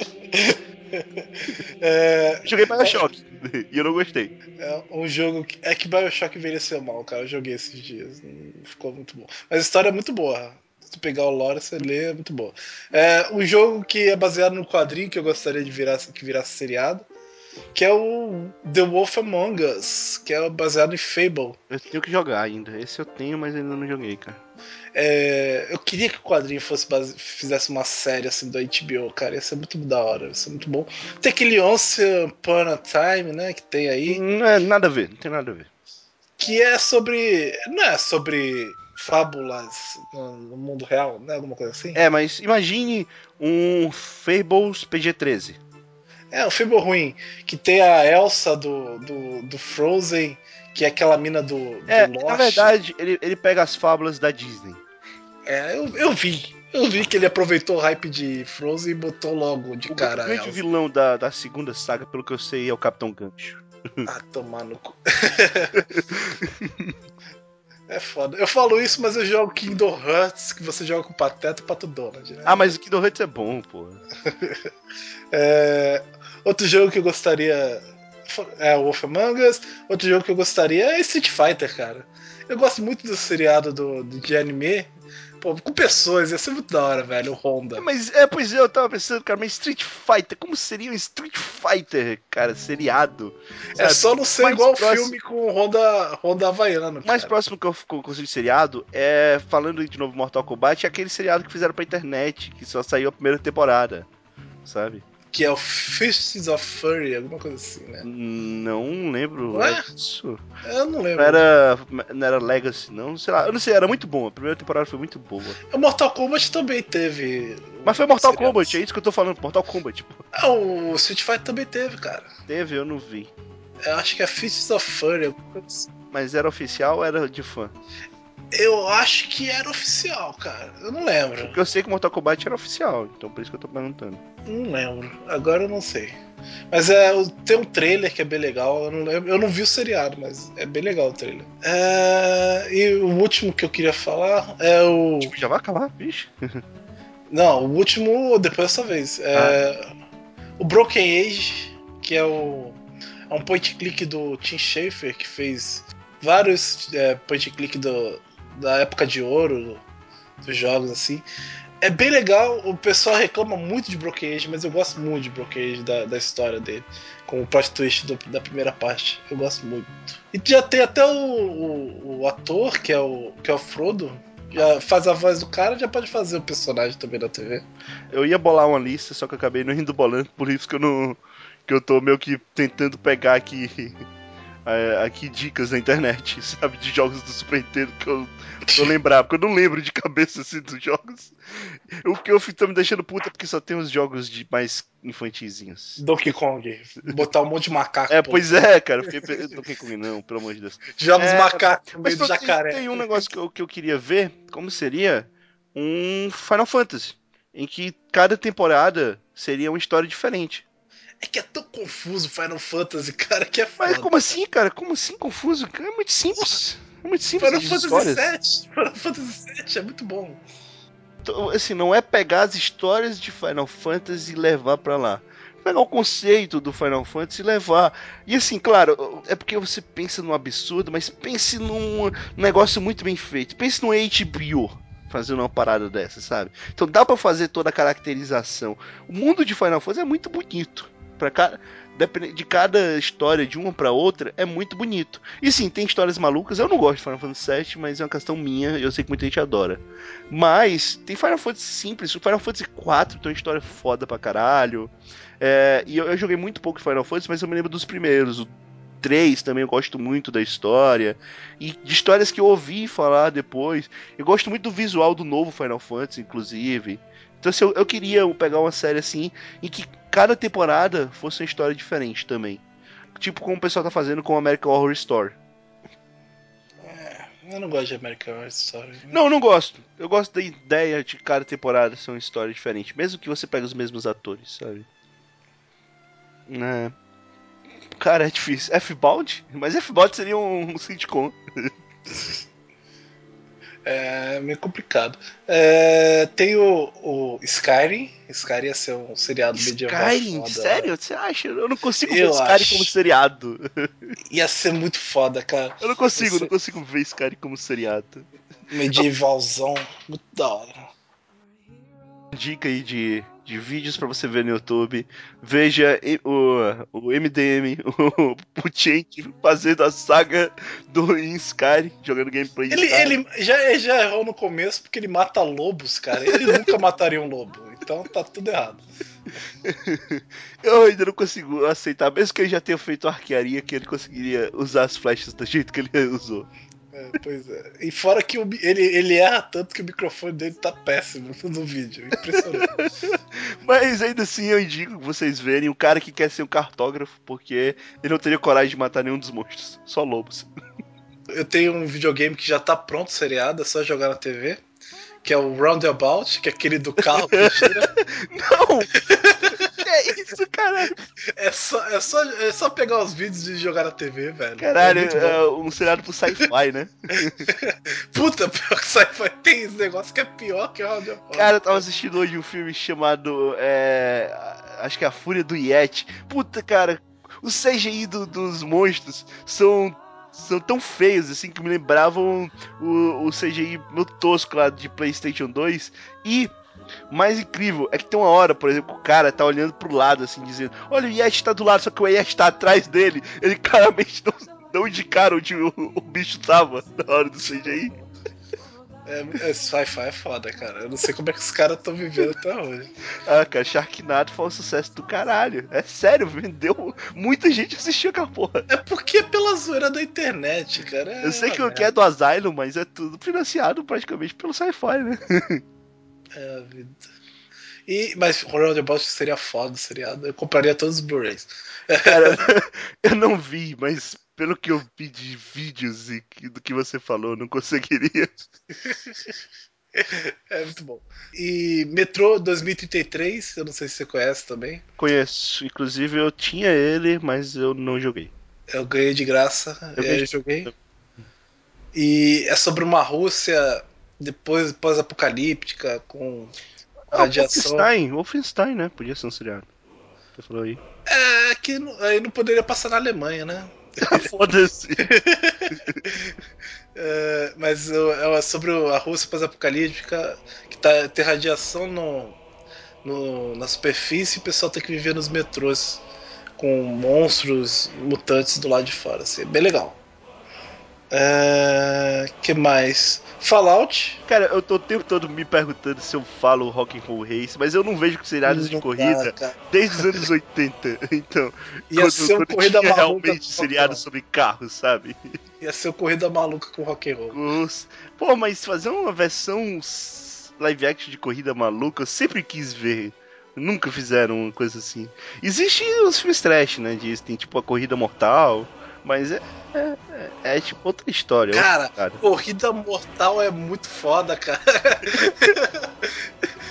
É, Eu joguei Bioshock e eu não gostei. é um jogo que. É que Bioshock envelheceu mal, cara. Eu joguei esses dias. Não ficou muito bom. Mas a história é muito boa. Se tu pegar o lore, você lê, é muito boa. É um jogo que é baseado no quadrinho que eu gostaria de que virasse seriado. Que é o The Wolf Among Us, que é baseado em Fable. Eu tenho que jogar ainda. Esse eu tenho, mas ainda não joguei, cara. É, eu queria que o quadrinho fizesse uma série assim da HBO, cara. Ia ser muito da hora, ia ser muito bom. Tem aquele Once Upon a Time, né? Que tem aí. Não é nada a ver, não tem nada a ver. Que é sobre. Não é sobre fábulas no mundo real, né? Alguma coisa assim? É, mas imagine um Fables PG-13. É um filme ruim. Que tem a Elsa do Frozen, que é aquela mina do Na Lost. verdade, ele pega as fábulas da Disney. É, eu vi. Eu vi que ele aproveitou o hype de Frozen e botou logo de O cara a grande Elsa. vilão da segunda saga, pelo que eu sei, é o Capitão Gancho. Ah, tomar no cu. É foda. Eu falo isso, mas eu jogo Kingdom Hearts, que você joga com o Pateta e Pato Donald, Ah, né? mas o Kingdom Hearts é bom, pô. É, outro jogo que eu gostaria é o Wolf Among Us. Outro jogo que eu gostaria é Street Fighter, cara. Eu gosto muito do seriado de anime. Pô, com pessoas, ia ser muito da hora, velho, o Honda. Pois é, eu tava pensando, cara, mas Street Fighter, como seria um Street Fighter, cara, seriado, É sabe? só não ser igual o filme com o Honda Havaiano, O mais cara. próximo que eu consigo de seriado é, falando de novo Mortal Kombat, é aquele seriado que fizeram pra internet, que só saiu a primeira temporada, sabe? Que é o Fists of Fury, alguma coisa assim, né? Não lembro, Não é é? isso? Eu não Não lembro. era, não era Legacy, não, sei lá, eu não sei, era muito bom, a primeira temporada foi muito boa. O Mortal Kombat também teve Mas foi um Mortal seriado Kombat, é assim. isso que eu tô falando, Mortal Kombat, tipo, Ah, o Street Fighter também teve, cara. teve, eu não vi. Eu acho que é Fists of Fury, alguma coisa assim. Mas era oficial ou era de fã? Eu acho que era oficial, cara. Eu não lembro. Porque eu sei que Mortal Kombat era oficial, então por isso que eu tô perguntando. Não lembro. Agora eu não sei. Mas tem um trailer que é bem legal. Eu não vi o seriado, mas é bem legal o trailer. E o último que eu queria falar é o. Tipo, já vai acabar, bicho? Não, o último depois dessa vez. Ah, O Broken Age, que é um point click do Tim Schafer, que fez vários point click da época de ouro dos jogos assim. É bem legal, o pessoal reclama muito de Broken Age, mas eu gosto muito de Broken Age, da história dele, com o plot twist da primeira parte. Eu gosto muito. E já tem até o ator, que é o Frodo, já faz a voz do cara, já pode fazer o personagem também na TV. eu ia bolar uma lista, só que eu acabei não indo bolando, por isso que eu não. Que eu tô meio que tentando pegar aqui dicas na internet, sabe, de jogos do Super Nintendo que eu tô lembrar, porque eu não lembro de cabeça assim dos jogos. O que eu tô me deixando puta é porque só tem os jogos de mais infantizinhos. Donkey Kong, botar um monte de macaco pô. Pois é, cara, eu fiquei Donkey Kong não, pelo amor de Deus. Joga os É, macacos no mas meio do pronto, tem, jacaré. tem um negócio que eu queria ver, como seria um Final Fantasy. em que cada temporada seria uma história diferente. É que é tão confuso Final Fantasy, cara, que é Mas foda. como assim, cara? Como assim confuso? É muito simples. É muito simples Final as Fantasy histórias. VII, Final Fantasy VII é muito bom. Então, assim, não é pegar as histórias de Final Fantasy e levar pra lá. Pegar o conceito do Final Fantasy e levar. E assim, claro, é porque você pensa num absurdo, mas pense num negócio muito bem feito. Pense no HBO fazendo uma parada dessa, sabe? Então dá pra fazer toda a caracterização. O mundo de Final Fantasy é muito bonito. Pra cada, de cada história de uma pra outra é muito bonito. E sim, tem histórias malucas. Eu não gosto de Final Fantasy VII, mas é uma questão minha. Eu sei que muita gente adora. Mas tem Final Fantasy simples. O Final Fantasy IV tem uma história foda pra caralho. E eu joguei muito pouco Final Fantasy, mas eu me lembro dos primeiros. O 3 também eu gosto muito da história. E de histórias que eu ouvi falar depois. Eu gosto muito do visual do novo Final Fantasy, inclusive. Então, assim, eu queria pegar uma série assim, em que cada temporada fosse uma história diferente também. Tipo como o pessoal tá fazendo com o American Horror Story. Eu não gosto de American Horror Story. Não, não gosto. Eu gosto da ideia de cada temporada ser uma história diferente. Mesmo que você pegue os mesmos atores, sabe? É. Cara, é difícil. F-Bound? Mas F-Bound seria um sitcom. É meio complicado. Tem o Skyrim. Skyrim ia ser um seriado medieval Skyrim? foda. Sério? Você acha? Eu não consigo ver Eu Skyrim como acho. seriado. Ia ser muito foda, cara. Eu não consigo, não consigo ver Skyrim como seriado. Medievalzão. Muito da hora. Dica aí de vídeos pra você ver no YouTube. Veja o MDM, o Change fazendo a saga do em Skyrim, jogando gameplay em Skyrim. Ele já errou no começo porque ele mata lobos, cara. Ele nunca mataria um lobo. Então tá tudo errado. Eu ainda não consigo aceitar, mesmo que ele já tenha feito arquearia, que ele conseguiria usar as flechas do jeito que ele usou. Pois é. E fora que ele erra tanto que o microfone dele tá péssimo no vídeo. Impressionante. Mas ainda assim eu indico vocês verem o cara que quer ser um cartógrafo, porque ele não teria coragem de matar nenhum dos monstros, só lobos. Eu tenho um videogame que já tá pronto, seriado, é só jogar na TV. Que é o Roundabout, que é aquele do carro que gira. Não! Que é isso, caralho? É só pegar os vídeos e jogar na TV, velho. É Caralho, muito bom. é um seriado pro sci-fi, né? Puta, pior que sci-fi tem esse negócio que é pior que o Roundabout. Cara, eu tava assistindo hoje um filme chamado. Acho que é A Fúria do Yeti. Puta, cara, os CGI dos monstros são tão feios assim que me lembravam o CGI meu tosco lá de PlayStation 2. E mais incrível é que tem uma hora, por exemplo, o cara tá olhando pro lado assim, dizendo: Olha, o Yeti tá do lado, só que o Yeti tá atrás dele. Ele claramente não indicaram onde o bicho tava na hora do CGI. Sci-fi é foda, cara. Eu não sei como é que os caras estão vivendo até hoje. Ah, cara, Sharknado foi um sucesso do caralho. É sério, vendeu. Muita gente assistiu aquela porra. É porque é pela zoeira da internet, cara. Eu É sei uma que o que é merda. do Asylum, mas é tudo financiado praticamente pelo sci-fi, né? É a vida. Mas o Roundabout seria foda o seriado. Eu compraria todos os Blu-rays. Cara, eu não vi, mas pelo que eu vi de vídeos e do que você falou, eu não conseguiria. É muito bom. E Metrô 2033, eu não sei se você conhece também. Conheço. Inclusive, eu tinha ele, mas eu não joguei. Eu ganhei de graça, Eu ganhei. joguei. E é sobre uma Rússia depois pós-apocalíptica, com Ah, o radiação. Wolfenstein. Wolfenstein, né? Podia ser um seriado. Você falou aí. Aí não poderia passar na Alemanha, né? Foda-se. Mas é sobre a Rússia pós-apocalíptica, que tem radiação na superfície e o pessoal tem que viver nos metrôs com monstros mutantes do lado de fora. Assim, é bem legal. Que mais? Fallout. Cara, eu tô o tempo todo me perguntando se eu falo Rock'n'Roll Race, mas eu não vejo seriados de Não dá, corrida cara. desde os anos 80. Então, Ia quando, ser um quando corrida tinha maluca realmente com rock and seriado roll. sobre carros, sabe? Ia ser um corrida maluca com rock and roll. Pô, mas fazer uma versão live action de corrida maluca, eu sempre quis ver. Nunca fizeram uma coisa assim. Existem os filmes trash, né? Tem tipo a Corrida Mortal, mas é tipo outra história, outra Cara, cara. corrida mortal é muito foda, cara.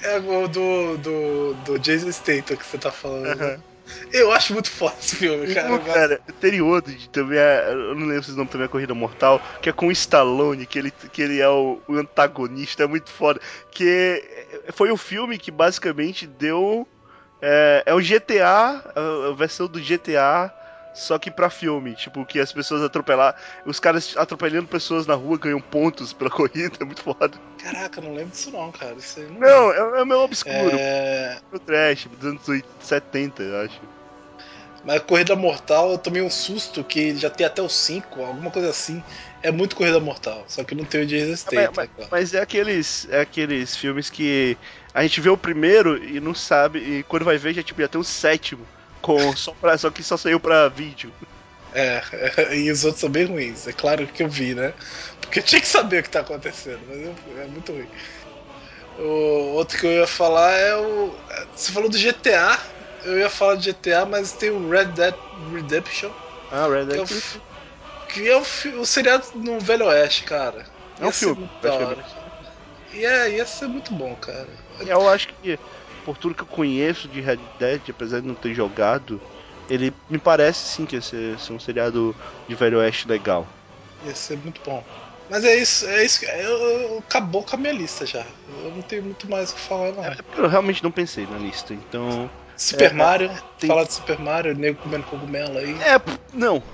É o do Jason Statham que você tá falando, né? Aham. Eu acho muito foda esse filme, cara. Eu gosto. Cara, tem outro também, eu não lembro se o nome também é Corrida Mortal, que é com o Stallone, que ele é o antagonista, é muito foda. Que foi um filme que basicamente deu. É o GTA, a versão do GTA, só que pra filme. Tipo, que as pessoas atropelar. Os caras atropelando pessoas na rua ganham pontos pela corrida, é muito foda. Caraca, eu não lembro disso não, cara. Isso aí eu não vi. Não, é meio obscuro, É... meu trash, dos anos 70, eu acho. Mas Corrida Mortal, eu tomei um susto que já tem até os 5, alguma coisa assim. É muito Corrida Mortal, só que não tem o Jason Statham, é claro. Mas é aqueles filmes que a gente vê o primeiro e não sabe, e quando vai ver já, tipo, já tem o sétimo, só que só saiu pra vídeo. E os outros são bem ruins, é claro que eu vi, né? Porque eu tinha que saber o que tá acontecendo, mas é muito ruim. O outro que eu ia falar é o. Você falou do GTA, eu ia falar do GTA, mas tem o Red Dead Redemption, Ah, Red que é Dead o, Redemption. o seriado no Velho Oeste, cara. É um Ia ser filme, muito da hora. praticamente. Ia ser muito bom, cara. Eu acho que, por tudo que eu conheço de Red Dead, apesar de não ter jogado, ele me parece sim que ia ser um seriado de Velho Oeste legal. Ia ser muito bom. Mas é isso, é isso. Acabou com a minha lista já. Eu não tenho muito mais o que falar, É não. porque eu realmente não pensei na lista, então. Super É, Mario, tem. falar de Super Mario, nego comendo cogumelo aí. Não.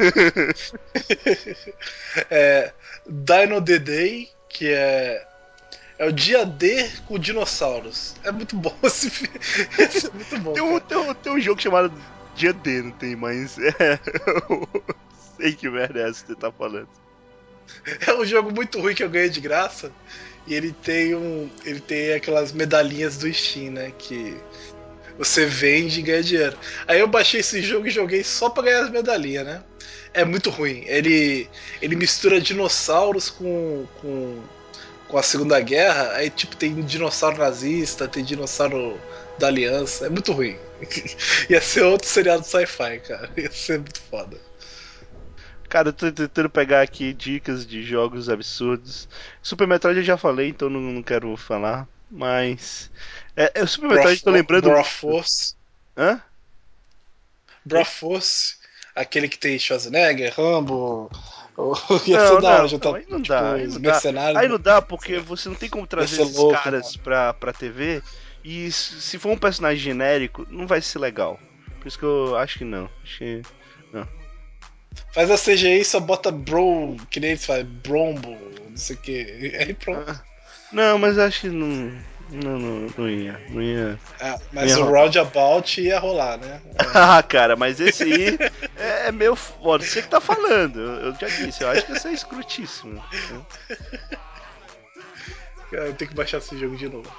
Dino The Day, que é o dia D com dinossauros. É muito bom esse filme. Esse é muito bom, Tem um, cara. tem, um, tem um jogo chamado Dia D, não tem, mas. Eu sei que merda é essa que você tá falando. É um jogo muito ruim que eu ganhei de graça. E ele tem aquelas medalhinhas do Steam, né? Que você vende e ganha dinheiro. Aí eu baixei esse jogo e joguei só pra ganhar as medalhinhas, né? É muito ruim. Ele mistura dinossauros com a Segunda Guerra. Aí, tipo, tem dinossauro nazista, tem dinossauro da Aliança. É muito ruim. Ia ser outro seriado sci-fi, cara. Ia ser muito foda. Cara, eu tô tentando pegar aqui dicas de jogos absurdos. Super Metroid eu já falei, então não quero falar. Mas. O Super Metroid eu tô lembrando muito. Broforce. Hã? Quê? Broforce. Aquele que tem Schwarzenegger, Rambo. Ia ser Não, da hora não, não, juntar, aí não dá, tipo, aí os não dá. mercenários. Aí não dá porque você não tem como Ia trazer ser esses louco, caras mano. pra TV e se for um personagem genérico, não vai ser legal. Por isso que eu acho que não. Acho que. Não. Faz a CGI e só bota Bro, que nem eles fazem, Brombo, não sei o que. Aí pronto. Ah, não, mas acho que não ia Mas o rolar. Roundabout ia rolar, né? Ah, cara, mas esse aí é meio foda. Você que tá falando, eu já disse, eu acho que isso é escrutíssimo. Né? Eu tenho que baixar esse jogo de novo.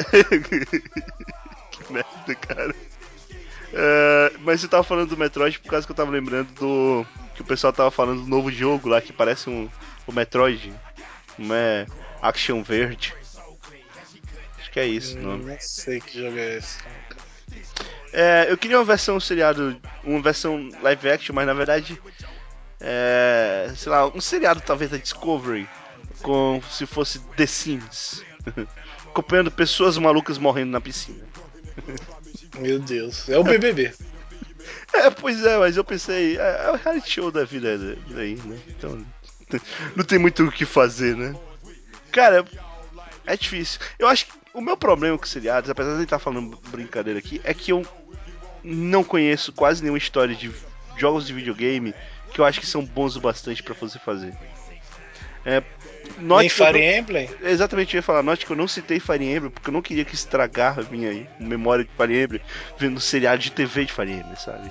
Que merda, cara. Mas você tava falando do Metroid por causa que eu tava lembrando do. Que o pessoal tava falando do novo jogo lá que parece o Metroid. Não é Action Verde. Acho que é isso o nome. Não sei que jogo é esse. Eu queria uma versão seriado, uma versão live action, mas na verdade, sei lá, um seriado talvez da Discovery, com se fosse The Sims, acompanhando pessoas malucas morrendo na piscina. Meu Deus. É o BBB. Pois é, mas eu pensei, é o reality show da vida aí, né? Então, não tem muito o que fazer, né? Cara, é difícil. Eu acho que o meu problema com seriados, apesar de a gente estar falando brincadeira aqui, é que eu não conheço quase nenhuma história de jogos de videogame que eu acho que são bons o bastante pra você fazer. É, Nem note que eu Fire não. Emblem? Exatamente, eu ia falar, note que eu não citei Fire Emblem porque eu não queria que estragar a minha memória de Fire Emblem vendo seriado de TV de Fire Emblem, sabe?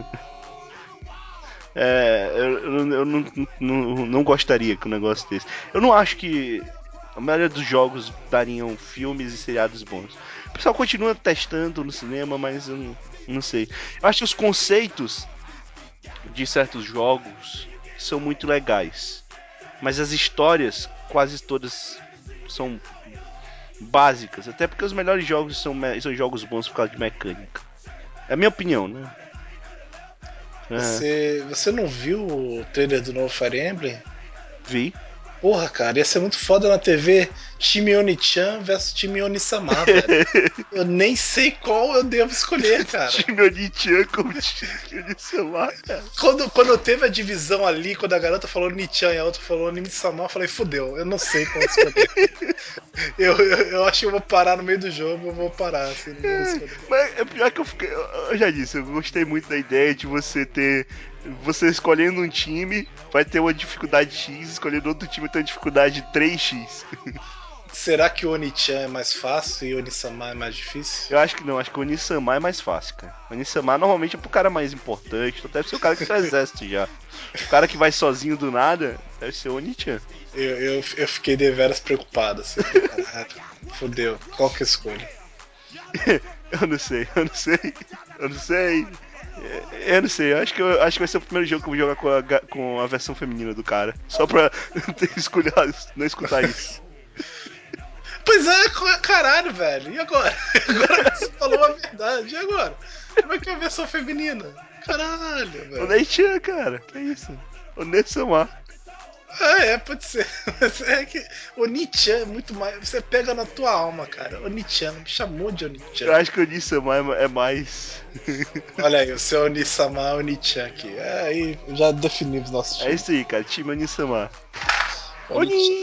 Eu não gostaria que um negócio desse. Eu não acho que a maioria dos jogos dariam filmes e seriados bons. O pessoal continua testando no cinema, mas eu não sei. Eu acho que os conceitos de certos jogos são muito legais, mas as histórias quase todas são básicas, até porque os melhores jogos são jogos bons por causa de mecânica. É a minha opinião, né? É, Você não viu o trailer do novo Fire Emblem? vi. Porra, cara, ia ser muito foda na TV time Oni-chan versus time Oni-sama, velho. Eu nem sei qual eu devo escolher, cara. Time Oni-chan com o time Oni-sama, cara. Quando teve a divisão ali, quando a garota falou Oni-chan e a outra falou Oni-sama, eu falei, fudeu, eu não sei qual escolher. eu acho que eu vou parar no meio do jogo, eu vou parar, assim, não vou escolher. Mas é pior que eu já disse, eu gostei muito da ideia de você ter. Você escolhendo um time vai ter uma dificuldade X, escolhendo outro time vai ter uma dificuldade 3x. Será que o Oni-chan é mais fácil e o Oni-sama é mais difícil? Eu acho que não, acho que o Oni-sama é mais fácil, cara. O Oni-sama normalmente é pro cara mais importante, então deve ser o cara que tá no exército já. O cara que vai sozinho do nada deve ser o Oni-chan. Eu fiquei deveras preocupado, assim, caralho, fudeu, qual que eu escolho? Eu não sei, eu não sei, eu não sei. Eu não sei, eu acho que vai ser o primeiro jogo que eu vou jogar com a versão feminina do cara. Só pra escolher, não escutar isso. Pois é, caralho, velho. E agora? Agora que você falou a verdade. E agora? Como é que é a versão feminina? Caralho, O velho. Neichan, cara, que isso? O Nessama. Ah, pode ser. Mas é que o Nietzsche é muito mais. Você pega na tua alma, cara. O Nietzsche me chamou de Onichan. Eu acho que o Nissama é mais. Olha aí, o seu Onisama, o Nietzsche aqui. Aí já definimos nosso É time. isso aí, cara, time Onisama. Onichan.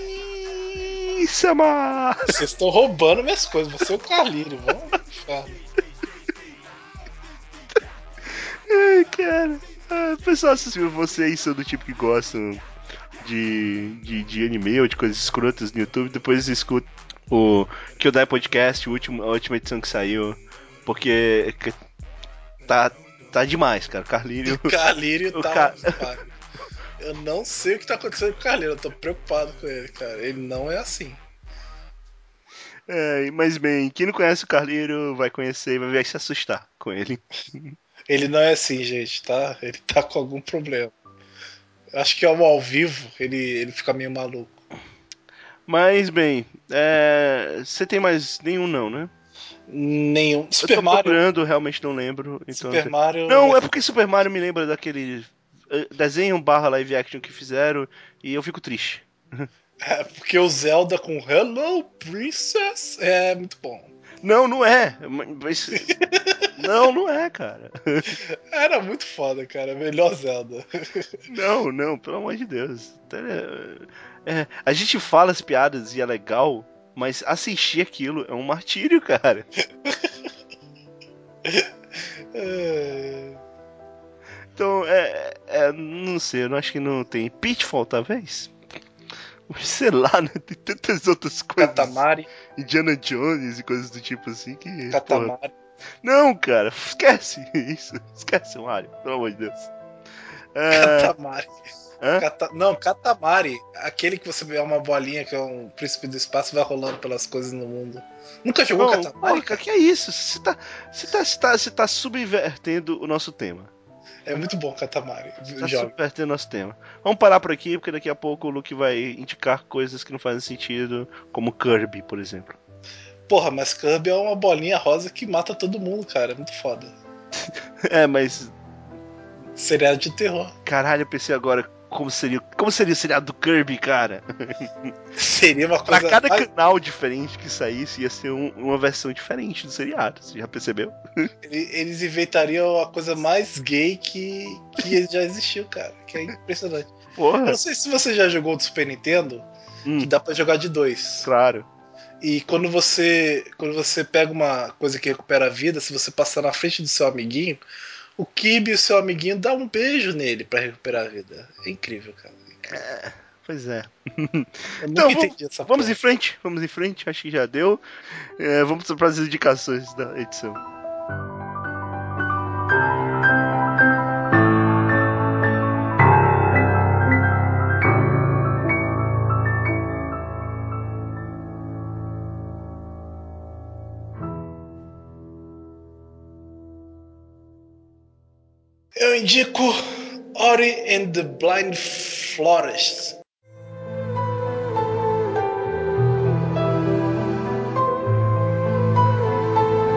Onisama! Vocês estão roubando minhas coisas. Você é o Carlinho. Vamos pro inferno. Ai, cara. Pessoal, se vocês são do tipo que gostam de anime ou de coisas escrotas no YouTube, depois escuta o Kyodai Podcast, a última edição que saiu, porque tá, tá demais, cara. O Carlinho. Carlinho O tá ca... on fire. Eu não sei o que tá acontecendo com o Carlinho. Eu tô preocupado com ele, cara. Ele não é assim. mas bem, quem não conhece o Carlinho vai conhecer e vai se assustar com ele. Ele não é assim, gente, tá? Ele tá com algum problema. Acho que ao vivo ele fica meio maluco. Mas bem, você tem mais nenhum não, né? Nenhum. Eu Super tô Mario. procurando, realmente não lembro. Então Super Mario não, vai é ser. porque Super Mario me lembra daquele desenho barra live action que fizeram e eu fico triste. É, porque o Zelda com Hello Princess é muito bom. Não, não é. Mas... Não, não é, cara. Era muito foda, cara. Melhor Zelda. Não, não, pelo amor de Deus. A gente fala as piadas e é legal, mas assistir aquilo é um martírio, cara. É... Então, não sei, eu não acho que não tem. Pitfall, talvez? Sei lá, né? Tem tantas outras coisas. Katamari. Indiana Jones e coisas do tipo assim que. Porra. Katamari. Não, cara, esquece isso. Esquece o Mario, pelo amor de Deus. Katamari. Hã? Não, Katamari. Aquele que você vê uma bolinha que é um príncipe do espaço e vai rolando pelas coisas no mundo. Nunca jogou Não, Katamari, porra, cara? que é isso? Você tá subvertendo o nosso tema. É muito bom Katamari. Você tá Joga. subvertendo o nosso tema. Vamos parar por aqui, porque daqui a pouco o Luke vai indicar coisas que não fazem sentido, como Kirby, por exemplo. Porra, mas Kirby é uma bolinha rosa que mata todo mundo, cara. É muito foda. Mas. Seriado de terror. Caralho, eu pensei agora como seria o seriado do Kirby, cara. Seria uma Pra coisa cada mais... canal diferente que saísse, ia ser uma versão diferente do seriado. Você já percebeu? Eles inventariam a coisa mais gay que já existiu, cara. Que é impressionante. Eu Porra. não sei se você já jogou do Super Nintendo, que dá pra jogar de dois. Claro. E quando você pega uma coisa que recupera a vida, se você passar na frente do seu amiguinho, o Kirby e o seu amiguinho dá um beijo nele pra recuperar a vida. É incrível, cara. É incrível. Pois é. Eu Então, nunca entendi essa vamos em porra. frente. Vamos em frente. Acho que já deu. Vamos para as indicações da edição. Eu indico Ori and the Blind Forest.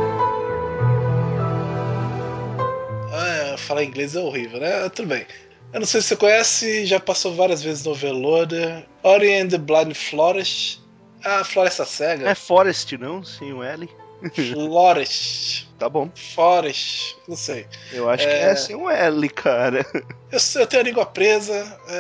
Falar inglês é horrível, né? Tudo bem. Eu não sei se você conhece, já passou várias vezes no Overloader. Ori and the Blind Forest. Ah, Floresta É Cega. Forest, não? Sem o L? Florest. Tá bom. Forest. Não sei. Eu acho que é sem o L, cara. Eu tenho a língua presa.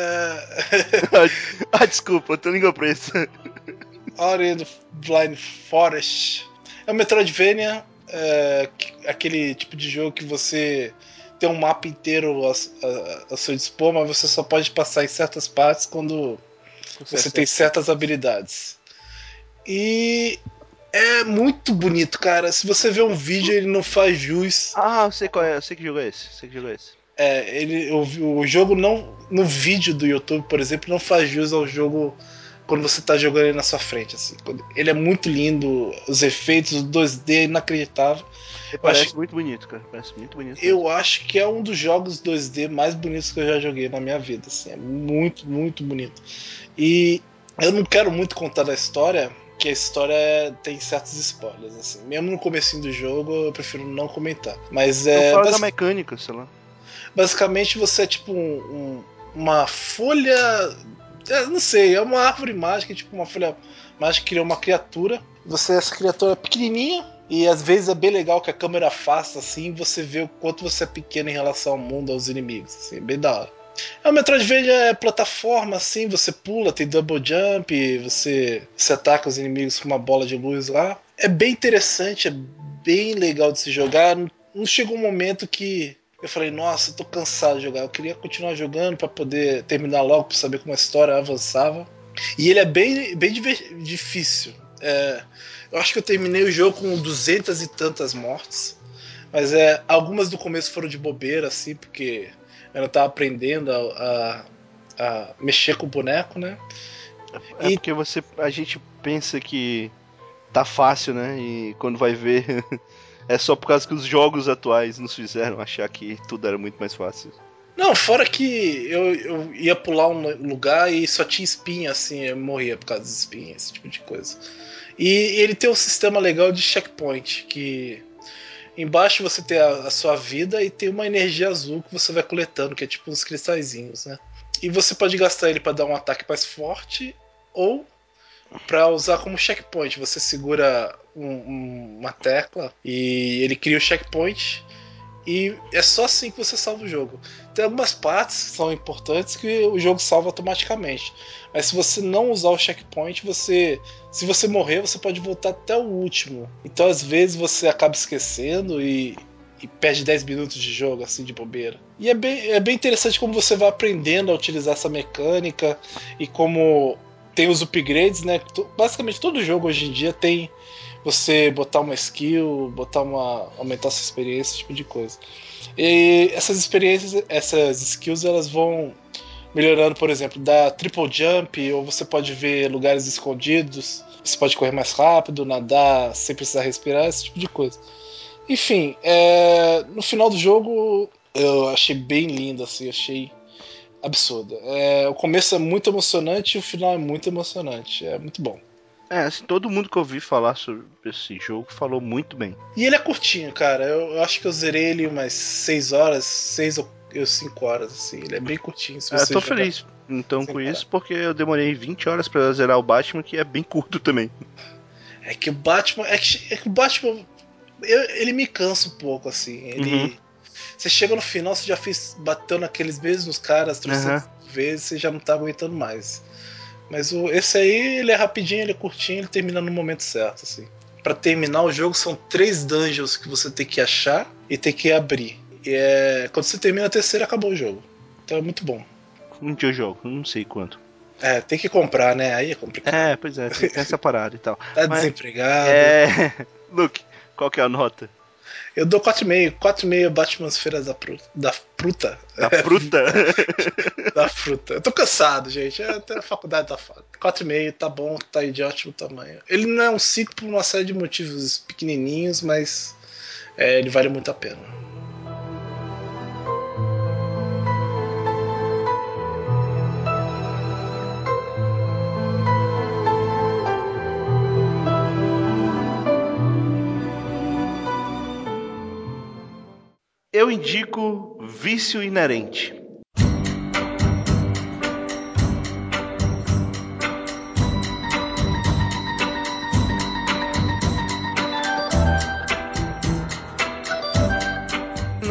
Desculpa, eu tô língua presa. Ori and the Blind Forest. É um Metroidvania. Aquele tipo de jogo que você tem um mapa inteiro a seu dispor, mas você só pode passar em certas partes quando você tem certas habilidades. E é muito bonito, cara. Se você vê um vídeo, ele não faz jus. Ah, eu sei qual é, eu sei que jogo é esse. Sei que jogo é esse. O jogo não. No vídeo do YouTube, por exemplo, não faz jus ao jogo quando você tá jogando ele na sua frente. Assim. Ele é muito lindo, os efeitos, o 2D é inacreditável. Parece muito bonito, cara. Parece muito bonito mesmo. Eu acho que é um dos jogos 2D mais bonitos que eu já joguei na minha vida. Assim. É muito, muito bonito. E eu não quero muito contar da história, que a história tem certos spoilers. Assim. Mesmo no comecinho do jogo, eu prefiro não comentar. Mas Então fala da mecânica, sei lá. basicamente você é tipo uma folha. Não sei, é uma árvore mágica, tipo uma folha mágica que cria uma criatura. Você, essa criatura é pequenininha, e às vezes é bem legal que a câmera afasta assim, você vê o quanto você é pequeno em relação ao mundo, aos inimigos. Assim, é bem da hora. É uma Metroidvania, é plataforma, assim, você pula, tem double jump, você ataca os inimigos com uma bola de luz lá. É bem interessante, é bem legal de se jogar. Não chegou um momento que eu falei, nossa, eu tô cansado de jogar. Eu queria continuar jogando para poder terminar logo, para saber como a história avançava. E ele é bem difícil. Eu acho que eu terminei o jogo com 200 e tantas mortes. Mas algumas do começo foram de bobeira, assim, porque eu não tava aprendendo a mexer com o boneco, né? É porque a gente pensa que tá fácil, né? E quando vai ver, é só por causa que os jogos atuais nos fizeram achar que tudo era muito mais fácil. Não, fora que eu ia pular um lugar e só tinha espinha, assim, eu morria por causa das espinhas, esse tipo de coisa. E ele tem um sistema legal de checkpoint, que embaixo você tem a sua vida e tem uma energia azul que você vai coletando, que é tipo uns cristalzinhos, né? E você pode gastar ele para dar um ataque mais forte ou para usar como checkpoint. Você segura uma tecla e ele cria o checkpoint. E é só assim que você salva o jogo. Tem algumas partes que são importantes que o jogo salva automaticamente. Mas se você não usar o checkpoint, se você morrer, você pode voltar até o último. Então às vezes você acaba esquecendo e perde 10 minutos de jogo, assim, de bobeira. E é bem interessante como você vai aprendendo a utilizar essa mecânica e como tem os upgrades, né? Basicamente todo jogo hoje em dia tem você botar uma skill, aumentar sua experiência, esse tipo de coisa. E essas experiências, essas skills, elas vão melhorando, por exemplo, da triple jump, ou você pode ver lugares escondidos, você pode correr mais rápido, nadar sem precisar respirar, esse tipo de coisa. Enfim, no final do jogo eu achei bem lindo, assim, achei absurdo. O começo é muito emocionante e o final é muito emocionante, é muito bom. Assim, todo mundo que eu ouvi falar sobre esse jogo falou muito bem. E ele é curtinho, cara. Eu acho que eu zerei ele umas 6 horas, 6 ou 5 horas, assim. Ele é bem curtinho se você Tô jogar feliz então sem com parar. isso, porque eu demorei 20 horas pra zerar o Batman, que é bem curto também. É que o Batman. É que o Batman. Ele me cansa um pouco, assim. Uhum. Você chega no final, você já bateu naqueles mesmos caras 300 Uhum. vezes, você já não tá aguentando mais. Mas esse aí, ele é rapidinho, ele é curtinho, ele termina no momento certo, assim. Pra terminar o jogo, são 3 dungeons que você tem que achar e tem que abrir. Quando você termina a terceira, acabou o jogo. Então é muito bom. Um dia eu jogo, não sei quanto. Tem que comprar, né? Aí é complicado. Pois é, tem essa parada e tal. Tá Mas, desempregado. Luke, qual que é a nota? Eu dou 4,5. 4,5 Batman Feiras da Fruta. Da fruta? Da fruta. Eu tô cansado, gente. Até a faculdade tá foda. 4,5 tá bom, tá aí de ótimo tamanho. Ele não é um 5 por uma série de motivos pequenininhos, mas ele vale muito a pena. Eu indico Vício Inerente.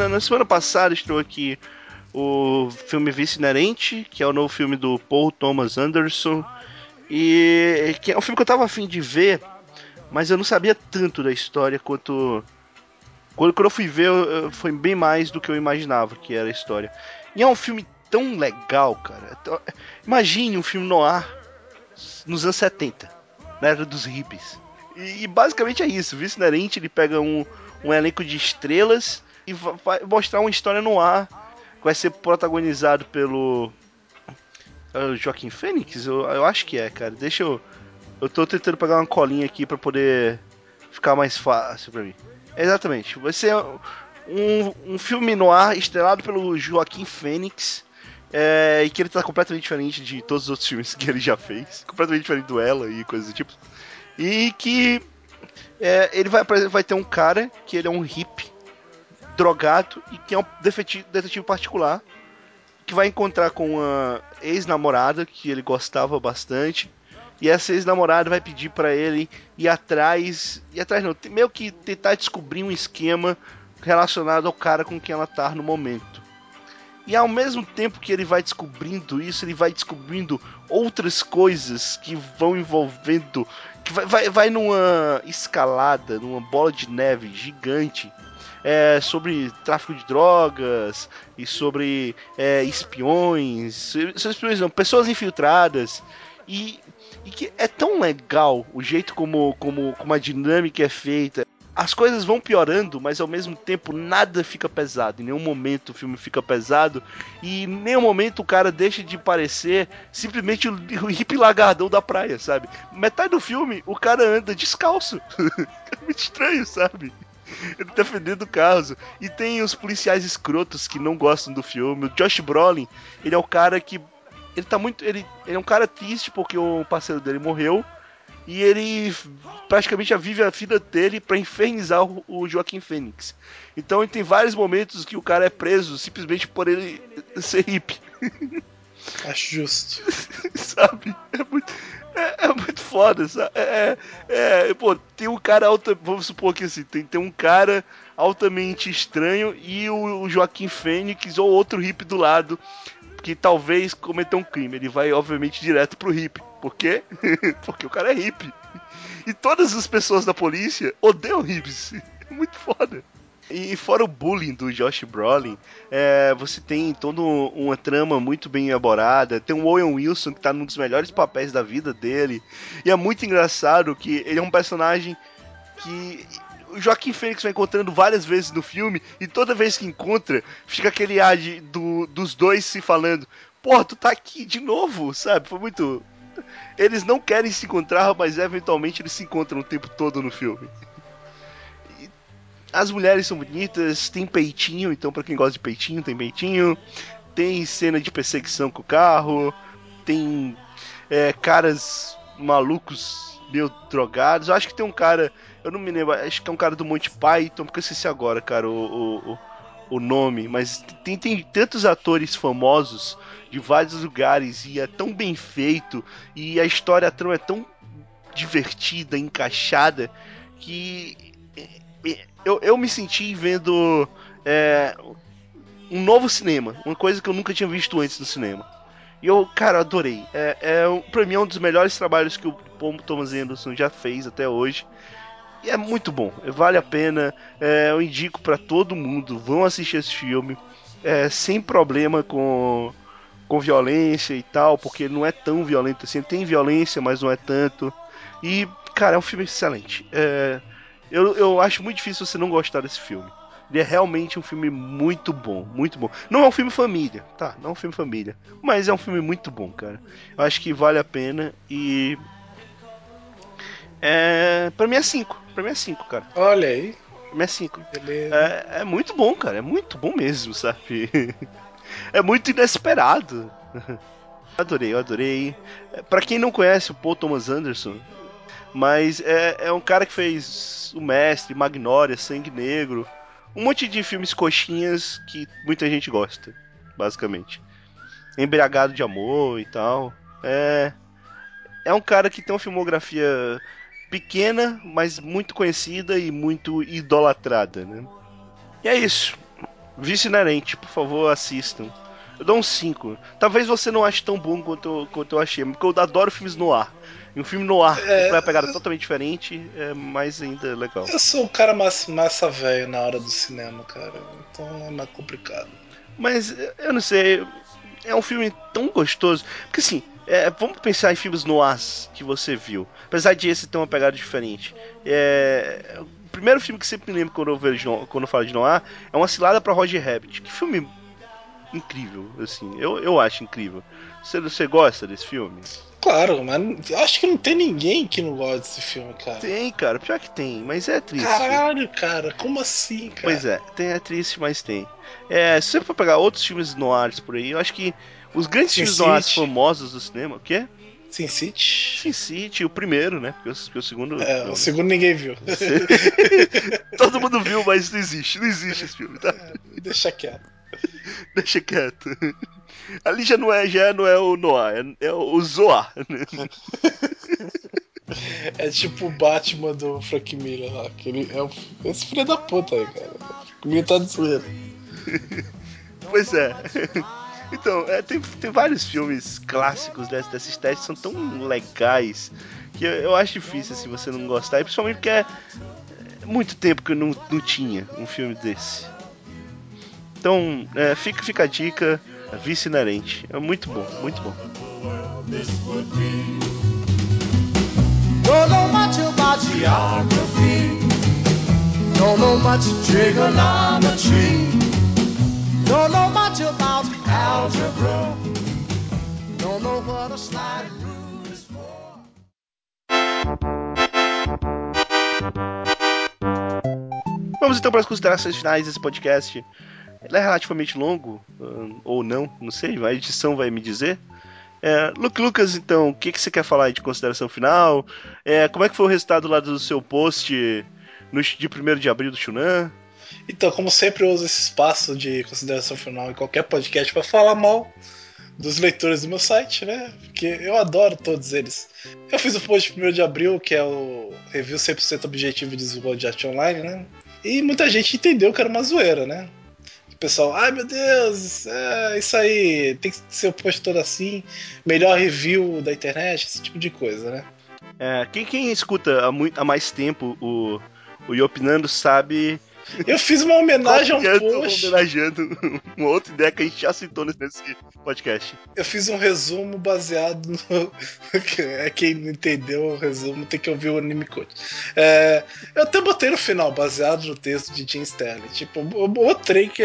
na semana passada estreou aqui o filme Vice Inerente, que é o novo filme do Paul Thomas Anderson. E que é um filme que eu tava a fim de ver, mas eu não sabia tanto da história quanto. Quando eu fui ver, foi bem mais do que eu imaginava que era a história. E é um filme tão legal, cara. Imagine um filme noir nos anos 70, na era dos hippies. E basicamente é isso. O Vice Inerente, ele pega um elenco de estrelas e vai mostrar uma história noir que vai ser protagonizado pelo Joaquim Fênix. Eu acho que é, cara. Deixa eu... Eu tô tentando pegar uma colinha aqui pra poder ficar mais fácil pra mim. Exatamente. Vai ser um filme noir estrelado pelo Joaquim Fênix. E que ele tá completamente diferente de todos os outros filmes que ele já fez. Completamente diferente do Ela e coisas do tipo. E que ele vai ter um cara que ele é um hippie, drogado, e que é um detetive particular, que vai encontrar com uma ex-namorada que ele gostava bastante. E essa ex-namorada vai pedir pra ele ir atrás não, meio que tentar descobrir um esquema relacionado ao cara com quem ela tá no momento. E ao mesmo tempo que ele vai descobrindo isso, ele vai descobrindo outras coisas que vão envolvendo, que vai numa escalada, numa bola de neve gigante, sobre tráfico de drogas e sobre espiões não, pessoas infiltradas. E que é tão legal o jeito como a dinâmica é feita. As coisas vão piorando, mas ao mesmo tempo nada fica pesado. Em nenhum momento o filme fica pesado. E em nenhum momento o cara deixa de parecer simplesmente o hippie lagardão da praia, sabe? Metade do filme o cara anda descalço. É muito estranho, sabe? Ele defendendo o caso. E tem os policiais escrotos que não gostam do filme. O Josh Brolin, ele é o cara que... Ele tá muito... Ele é um cara triste porque o parceiro dele morreu. E ele praticamente já vive a vida dele pra infernizar o Joaquim Fênix. Então ele tem vários momentos que o cara é preso simplesmente por ele ser hippie. Acho justo. Sabe? É muito foda, sabe? Pô, tem um cara vamos supor que assim, tem um cara altamente estranho e o Joaquim Fênix ou outro hippie do lado que talvez cometeu um crime. Ele vai, obviamente, direto pro hippie. Por quê? Porque o cara é hippie. E todas as pessoas da polícia odeiam hippies. É muito foda. E fora o bullying do Josh Brolin, você tem toda uma trama muito bem elaborada. Tem o Owen Wilson, que tá num dos melhores papéis da vida dele. E é muito engraçado que ele é um personagem que o Joaquim Fênix vai encontrando várias vezes no filme, e toda vez que encontra, fica aquele ar dos dois se falando: porra, tu tá aqui de novo, sabe? Foi muito... Eles não querem se encontrar, mas eventualmente eles se encontram o tempo todo no filme. E as mulheres são bonitas, tem peitinho, então pra quem gosta de peitinho, tem peitinho. Tem cena de perseguição com o carro, tem caras malucos meio drogados. Eu acho que tem um cara, eu não me lembro, acho que é um cara do Monty Python, porque eu esqueci agora, cara, o nome, mas tem tantos atores famosos de vários lugares e é tão bem feito e a história, a trama é tão divertida, encaixada, que eu me senti vendo um novo cinema, uma coisa que eu nunca tinha visto antes no cinema. E eu, cara, adorei. Pra mim é um dos melhores trabalhos que o Paul Thomas Anderson já fez até hoje. E é muito bom, vale a pena. Eu indico pra todo mundo, vão assistir esse filme. Sem problema com violência e tal, porque ele não é tão violento assim. Ele tem violência, mas não é tanto. E, cara, é um filme excelente. Eu acho muito difícil você não gostar desse filme. Ele é realmente um filme muito bom, muito bom. Não é um filme família, tá? Não é um filme família. Mas é um filme muito bom, cara. Eu acho que vale a pena e. Pra mim é 5. Pra mim é 5, cara. Olha aí. Pra mim é 5. Beleza. É muito bom, cara. É muito bom mesmo, sabe? É muito inesperado. Eu adorei. Pra quem não conhece o Paul Thomas Anderson, mas é um cara que fez O Mestre, Magnolia, Sangue Negro, um monte de filmes coxinhas que muita gente gosta, basicamente. Embriagado de Amor e tal. É um cara que tem uma filmografia pequena, mas muito conhecida e muito idolatrada, né? E é isso. Vício Inerente, por favor, assistam. Eu dou um 5. Talvez você não ache tão bom quanto eu achei, porque eu adoro filmes noir. E um filme noir, com uma pegada totalmente diferente, é mais ainda legal. Eu sou o cara massa velho na hora do cinema, cara. Então é mais complicado. Mas eu não sei, é um filme tão gostoso. Porque assim, vamos pensar em filmes noirs que você viu. Apesar de esse ter uma pegada diferente. O primeiro filme que sempre me lembro quando eu falo de noir é Uma Cilada para Roger Rabbit. Que filme incrível, assim, eu acho incrível. Você gosta desse filme? Claro, mas acho que não tem ninguém que não gosta desse filme, cara. Tem, cara, pior que tem, mas é triste. Caralho, cara, como assim, Pois cara? é triste, mas tem. Se você for pegar outros filmes noirs por aí, eu acho que os grandes Sin filmes noirs City. famosos do cinema, o quê? Sin City. Sin City, o primeiro, né? Porque o segundo, O não, né? segundo ninguém viu. Todo mundo viu, mas não existe esse filme, tá? Deixa quieto. Deixa quieto. Ali já não é o Noir, é o Zoar, né? É tipo o Batman do Frank Miller lá. Esse filho da puta aí, cara. O Miller tá de zoeira. Pois é. Então, tem vários filmes clássicos dessa estética que são tão legais que eu acho difícil assim, você não gostar, e principalmente porque é muito tempo que eu não tinha um filme desse. Então, fica a dica, Vício Inerente. É muito bom, muito bom. Don't know much about geography. Don't know much trigonometry. Don't know much about algebra. Don't know what a slide rule is for. Vamos então para as considerações finais desse podcast. Ele é relativamente longo, ou não sei, a edição vai me dizer. Lucas, então, o que você quer falar aí de consideração final? Como é que foi o resultado lá do seu post de 1º de abril do Shunan? Então, como sempre, eu uso esse espaço de consideração final em qualquer podcast para falar mal dos leitores do meu site, né? Porque eu adoro todos eles. Eu fiz o post de 1º de abril, que é o review 100% objetivo de Sword Art Online, né? E muita gente entendeu que era uma zoeira, né? O pessoal, ai meu Deus, isso aí, tem que ser o post todo assim, melhor review da internet, esse tipo de coisa, né? Quem escuta há mais tempo o Yopinando sabe. Eu fiz uma homenagem a um Copiando, post. homenageando uma outra ideia que a gente já citou nesse podcast. Eu fiz um resumo baseado no. Quem não entendeu o resumo tem que ouvir o Anime Code. Eu até botei no final, baseado no texto de Jim Sterling. Tipo, eu mostrei que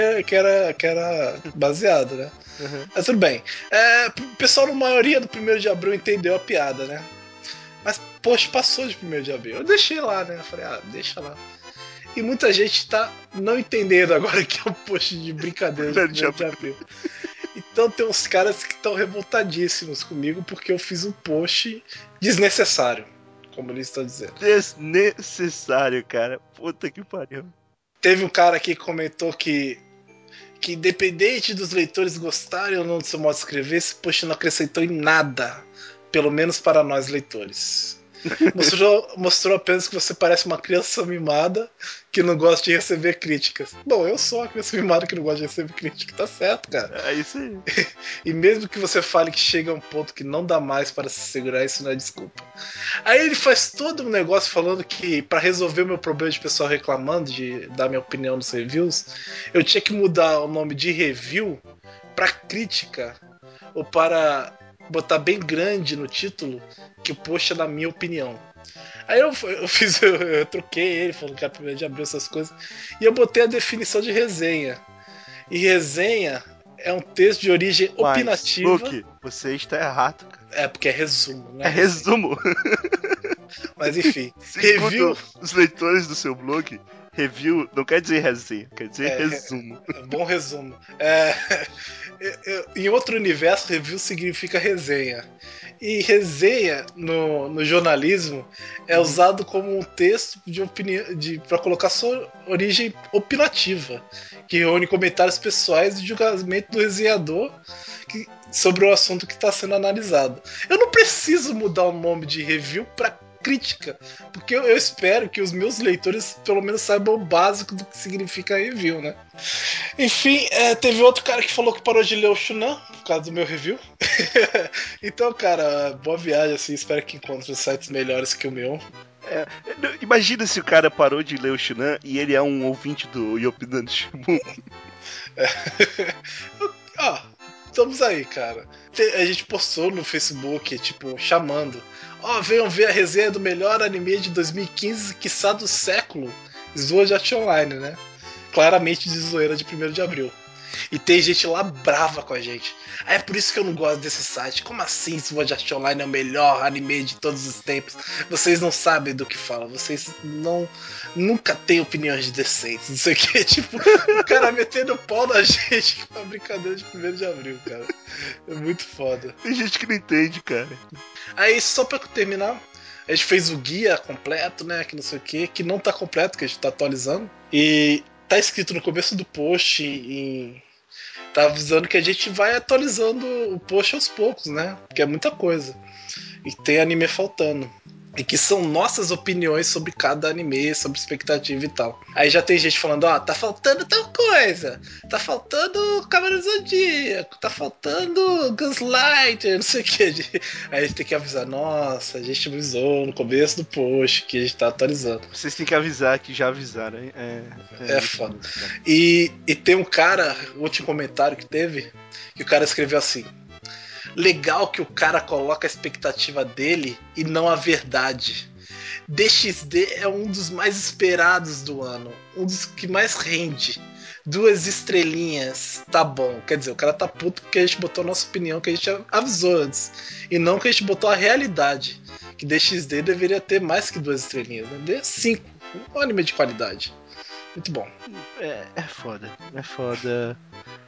era baseado, né? Uhum. Mas tudo bem. O pessoal, na maioria do 1º de abril, entendeu a piada, né? Mas, poxa, passou de 1º de abril. Eu deixei lá, né? Eu falei, deixa lá. E muita gente tá não entendendo agora que é um post de brincadeira de 1º de abril. Então tem uns caras que estão revoltadíssimos comigo porque eu fiz um post desnecessário, como eles estão dizendo. Desnecessário, cara. Puta que pariu. Teve um cara aqui que comentou que independente dos leitores gostarem ou não do seu modo de escrever, esse post não acrescentou em nada, pelo menos para nós leitores. Mostrou apenas que você parece uma criança mimada que não gosta de receber críticas. Bom, eu sou uma criança mimada que não gosta de receber crítica, tá certo, cara. É isso aí. E mesmo que você fale que chega a um ponto que não dá mais para se segurar, isso não é desculpa. Aí ele faz todo um negócio falando que para resolver o meu problema de pessoal reclamando, de dar minha opinião nos reviews, eu tinha que mudar o nome de review para crítica ou para botar bem grande no título que o post é na minha opinião. Aí eu troquei ele, falando que era 1º de abril, essas coisas, e eu botei a definição de resenha. E resenha é um texto de origem Mas, opinativa. Luke, você está errado, cara. Porque é resumo, né? É resumo. Mas enfim, review. Segundo os leitores do seu blog, review não quer dizer resenha, quer dizer resumo. Bom resumo. Em outro universo, review significa resenha. E resenha no jornalismo é usado como um texto de opinião para colocar sua origem opinativa, que reúne comentários pessoais e julgamento do resenhador sobre o assunto que está sendo analisado. Eu não preciso mudar o nome de review para crítica. Porque eu espero que os meus leitores pelo menos saibam o básico do que significa review, né? Enfim, teve outro cara que falou que parou de ler o Shunan por causa do meu review. Então, cara, boa viagem, assim. Espero que encontre sites melhores que o meu. Imagina se o cara parou de ler o Shunan e ele é um ouvinte do Yopinan Shimbun. Ó, estamos aí, cara. A gente postou no Facebook, tipo, chamando. Ó, venham ver a resenha do melhor anime de 2015, quiçá do século. Sword Art Online, né? Claramente de zoeira de 1º de abril. E tem gente lá brava com a gente. É por isso que eu não gosto desse site. Como assim Sword Art Online é o melhor anime de todos os tempos? Vocês não sabem do que falam. Vocês nunca têm opiniões decentes. Não sei o que. Tipo, o cara metendo pau na gente com a brincadeira de 1º de abril, cara. É muito foda. Tem gente que não entende, cara. Aí, só pra terminar, a gente fez o guia completo, né? Que não sei o que não tá completo, que a gente tá atualizando. E tá escrito no começo do post tá avisando que a gente vai atualizando o post aos poucos, né? Que é muita coisa. E tem anime faltando. E que são nossas opiniões sobre cada anime, sobre expectativa e tal. Aí já tem gente falando, tá faltando tal coisa. Tá faltando Cavaleiro Zodíaco. Tá faltando Gaslighter, não sei o que. Aí a gente tem que avisar, nossa, a gente avisou no começo do post que a gente tá atualizando. Vocês têm que avisar que já avisaram, hein? É foda. E tem um cara, o último comentário que teve, que o cara escreveu assim: legal que o cara coloca a expectativa dele e não a verdade. DXD é um dos mais esperados do ano, um dos que mais rende. 2 estrelinhas, tá bom. Quer dizer, o cara tá puto porque a gente botou a nossa opinião que a gente avisou antes. E não que a gente botou a realidade. Que DXD deveria ter mais que 2 estrelinhas, né? Dê 5. Um anime de qualidade. Muito bom. É foda. É foda.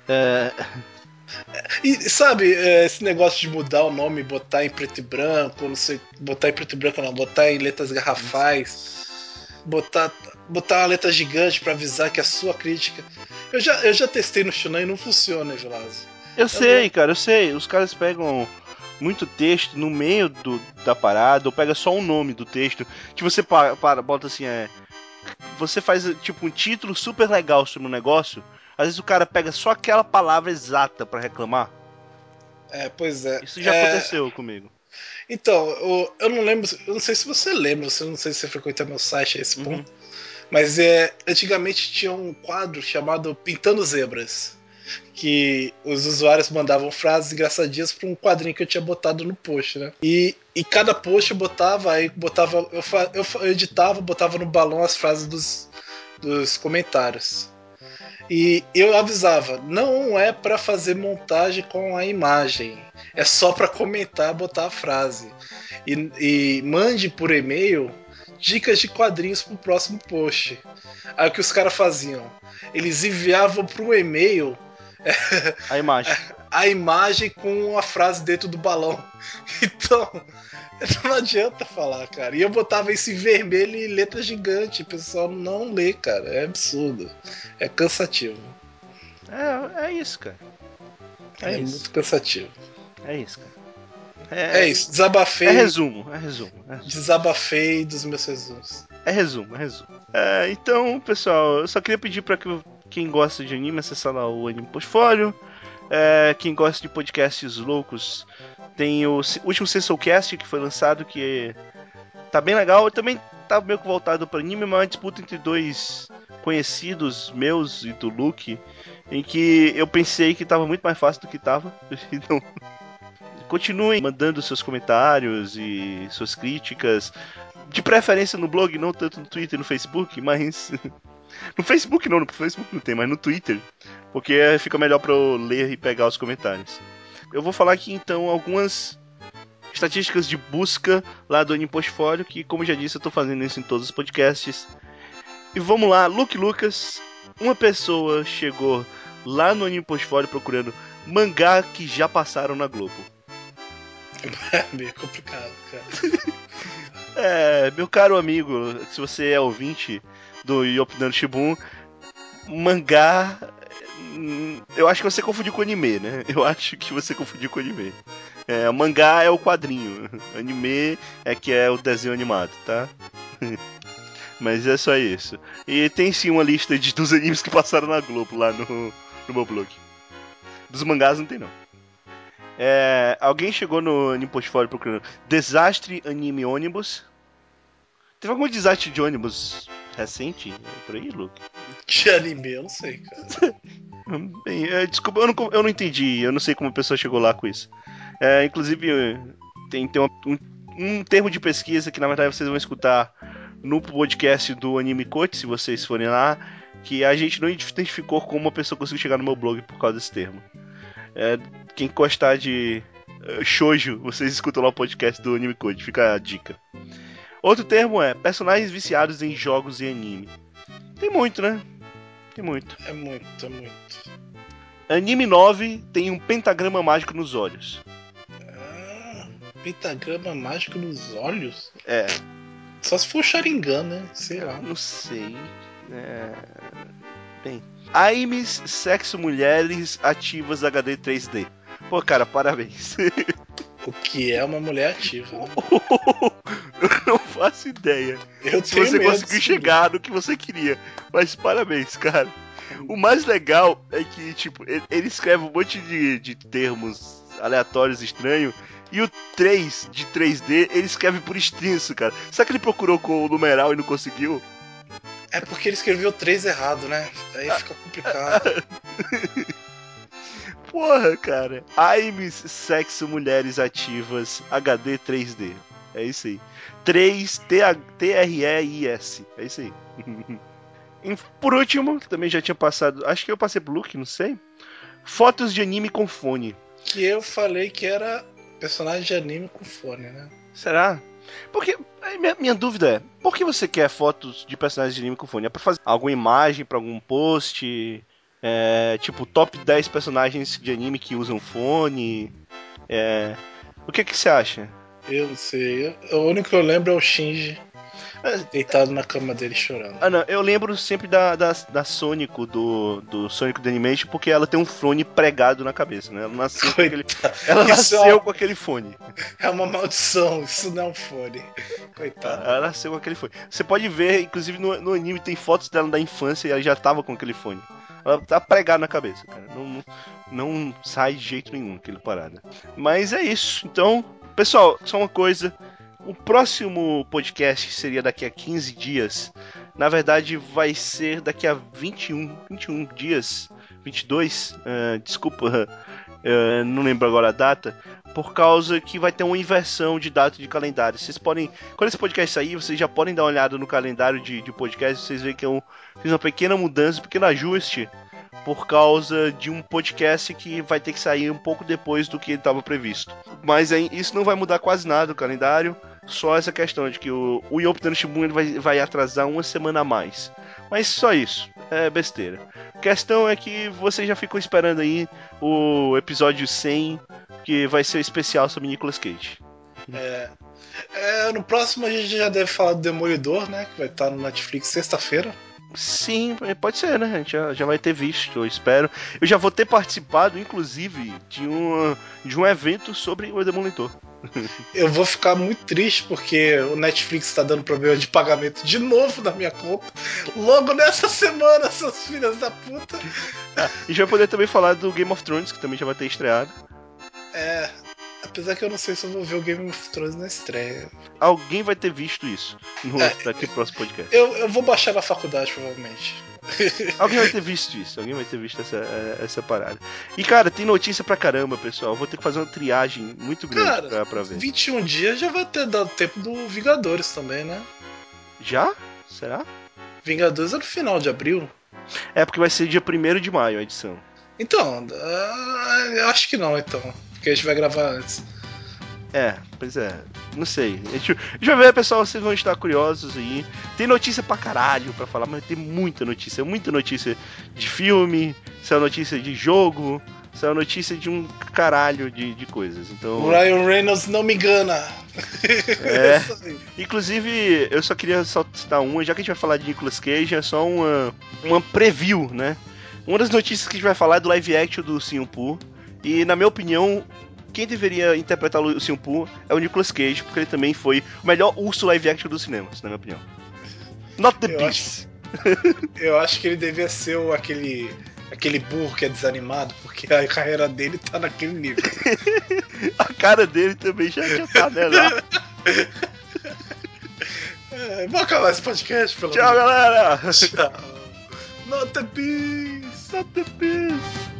E sabe, esse negócio de mudar o nome, botar em preto e branco, não sei, botar em preto e branco não, botar em letras garrafais, botar uma letra gigante pra avisar que é a sua crítica. Eu já testei no Shunan e não funciona, Vilazo. Eu sei, cara, eu sei. Os caras pegam muito texto no meio da parada, ou pega só o nome do texto, que você bota assim, você faz tipo um título super legal sobre um negócio, às vezes o cara pega só aquela palavra exata pra reclamar. Pois é. Isso já aconteceu comigo. Então, eu não lembro, eu não sei se você lembra, eu não sei se você frequenta meu site a esse ponto, mas antigamente tinha um quadro chamado Pintando Zebras, que os usuários mandavam frases engraçadinhas para um quadrinho que eu tinha botado no post, né? E cada post eu botava, eu editava, botava no balão as frases dos comentários. E eu avisava, não é para fazer montagem com a imagem, é só para comentar, botar a frase. E mande por e-mail dicas de quadrinhos pro próximo post. Aí o que os caras faziam? Eles enviavam pro e-mail A imagem. a imagem com a frase dentro do balão. Então, não adianta falar, cara. E eu botava isso em vermelho e letra gigante. O pessoal não lê, cara. É absurdo. É cansativo. É isso, cara. É isso. Muito cansativo. É isso, cara. É isso. Desabafei. É resumo. Desabafei dos meus resumos. É resumo. Então, pessoal, eu só queria pedir pra que quem gosta de anime acessar lá o Anime Portfólio. Quem gosta de podcasts loucos, tem o último Censorcast que foi lançado, que tá bem legal. Também tá meio que voltado para anime, mas é uma disputa entre 2 conhecidos meus e do Luke, em que eu pensei que tava muito mais fácil do que tava. Então, continuem mandando seus comentários e suas críticas, de preferência no blog, não tanto no Twitter e no Facebook, mas no Facebook não tem, mas no Twitter, porque fica melhor pra eu ler e pegar os comentários. Eu vou falar aqui então algumas estatísticas de busca lá do Anime Portfólio, que como eu já disse, eu tô fazendo isso em todos os podcasts. E vamos lá, Luke Lucas, uma pessoa chegou lá no Anime Portfólio procurando mangá que já passaram na Globo. É meio complicado, cara. Meu caro amigo, se você é ouvinte do Yopinan Shimbun, mangá, eu acho que você confundiu com anime, né? Eu acho que você confundiu com anime. O mangá é o quadrinho. Anime é que é o desenho animado, tá? Mas é só isso. E tem sim uma lista dos animes que passaram na Globo lá no meu blog. Dos mangás não tem não. Alguém chegou no Anime Portfólio procurando Desastre Anime Ônibus. Teve algum desastre de ônibus recente por aí, Luke? De anime, eu não sei, cara. Bem, desculpa, eu não entendi. Eu não sei como a pessoa chegou lá com isso. Inclusive, tem um termo de pesquisa que na verdade vocês vão escutar no podcast do Anime Coach, se vocês forem lá, que a gente não identificou como uma pessoa conseguiu chegar no meu blog por causa desse termo. Quem gostar de shoujo, vocês escutam lá o podcast do Anime Code, fica a dica. Outro termo é personagens viciados em jogos e anime. Tem muito, né? Tem muito. É muito. Anime 9 tem um pentagrama mágico nos olhos. Pentagrama mágico nos olhos? É. Só se for Sharingan, né? Sei lá. Não sei. Bem. Aimes, sexo, mulheres, ativas HD 3D. Pô, cara, parabéns. O que é uma mulher ativa, né? Eu não faço ideia Eu se tenho você medo conseguiu disso. chegar no que você queria. Mas parabéns, cara. O mais legal é que, tipo, ele escreve um monte de termos aleatórios, estranhos. E o 3 de 3D, ele escreve por extenso, cara. Será que ele procurou com o numeral e não conseguiu? É porque ele escreveu 3 errado, né? Aí fica complicado. Porra, cara. Aimes, sexo, mulheres ativas, HD 3D. É isso aí. 3 TREIS. É isso aí. Por último, também já tinha passado. Acho que eu passei pro Luke, não sei. Fotos de anime com fone. Que eu falei que era personagem de anime com fone, né? Será? Porque minha dúvida é: por que você quer fotos de personagens de anime com fone? É pra fazer alguma imagem pra algum post? Tipo, top 10 personagens de anime que usam fone? O que você acha? Eu não sei. O único que eu lembro é o Shinji deitado na cama dele chorando. Não, eu lembro sempre da Sonic, do Sonic the Animation, porque ela tem um fone pregado na cabeça, né? Ela nasceu com aquele fone. É uma maldição, isso não é um fone. Coitado. Ela nasceu com aquele fone. Você pode ver, inclusive no anime, tem fotos dela da infância e ela já tava com aquele fone. Ela tá pregada na cabeça, cara. Não sai de jeito nenhum aquele parada. Mas é isso. Então, pessoal, só uma coisa. O próximo podcast seria daqui a 15 dias. Na verdade, vai ser daqui a 21 dias. 22? Desculpa, não lembro agora a data. Por causa que vai ter uma inversão de data de calendário. Vocês podem, quando esse podcast sair, vocês já podem dar uma olhada no calendário de podcast. Vocês veem que eu fiz uma pequena mudança, um pequeno ajuste. Por causa de um podcast que vai ter que sair um pouco depois do que estava previsto. Mas isso não vai mudar quase nada o calendário. Só essa questão de que o Yopi Shibuya vai atrasar uma semana a mais. Mas só isso. É besteira. A questão é que você já ficou esperando aí o episódio 100, que vai ser o especial sobre Nicolas Cage. No próximo a gente já deve falar do Demolidor, né? Que vai estar no Netflix sexta-feira. Sim, pode ser, né? A gente já vai ter visto, eu espero. Eu já vou ter participado, inclusive, de um evento sobre o Demolidor. Eu vou ficar muito triste porque o Netflix está dando problema de pagamento de novo na minha conta. Logo nessa semana, seus filhos da puta. A gente vai poder também falar do Game of Thrones, que também já vai ter estreado. Apesar que eu não sei se eu vou ver o Game of Thrones na estreia. Alguém vai ter visto isso daqui pro próximo podcast. Eu vou baixar na faculdade, provavelmente. Alguém vai ter visto isso, alguém vai ter visto essa parada. E, cara, tem notícia pra caramba, pessoal. Vou ter que fazer uma triagem muito grande pra ver. 21 dias já vai ter dado tempo do Vingadores também, né? Já? Será? Vingadores é no final de abril. É, porque vai ser dia 1º de maio a edição. Então, eu acho que não, então. Porque a gente vai gravar antes. Pois é. Não sei. A gente vai ver, pessoal, vocês vão estar curiosos aí. Tem notícia pra caralho pra falar, mas tem muita notícia de filme, saiu notícia de jogo, saiu notícia de um caralho de coisas. Então, o Ryan Reynolds não me engana. Inclusive, eu só queria só citar uma, já que a gente vai falar de Nicolas Cage, é só uma preview, né? Uma das notícias que a gente vai falar é do live action do Sing Poo. E, na minha opinião, quem deveria interpretar o Ursinho Pooh é o Nicolas Cage, porque ele também foi o melhor urso live action dos cinemas, na minha opinião. Not the Beast. Eu acho que ele devia ser aquele burro que é desanimado, porque a carreira dele tá naquele nível. A cara dele também já tá, né? Lá. Vamos acabar esse podcast, pelo Tchau, galera! Tchau. Not the Beast! Not the Beast!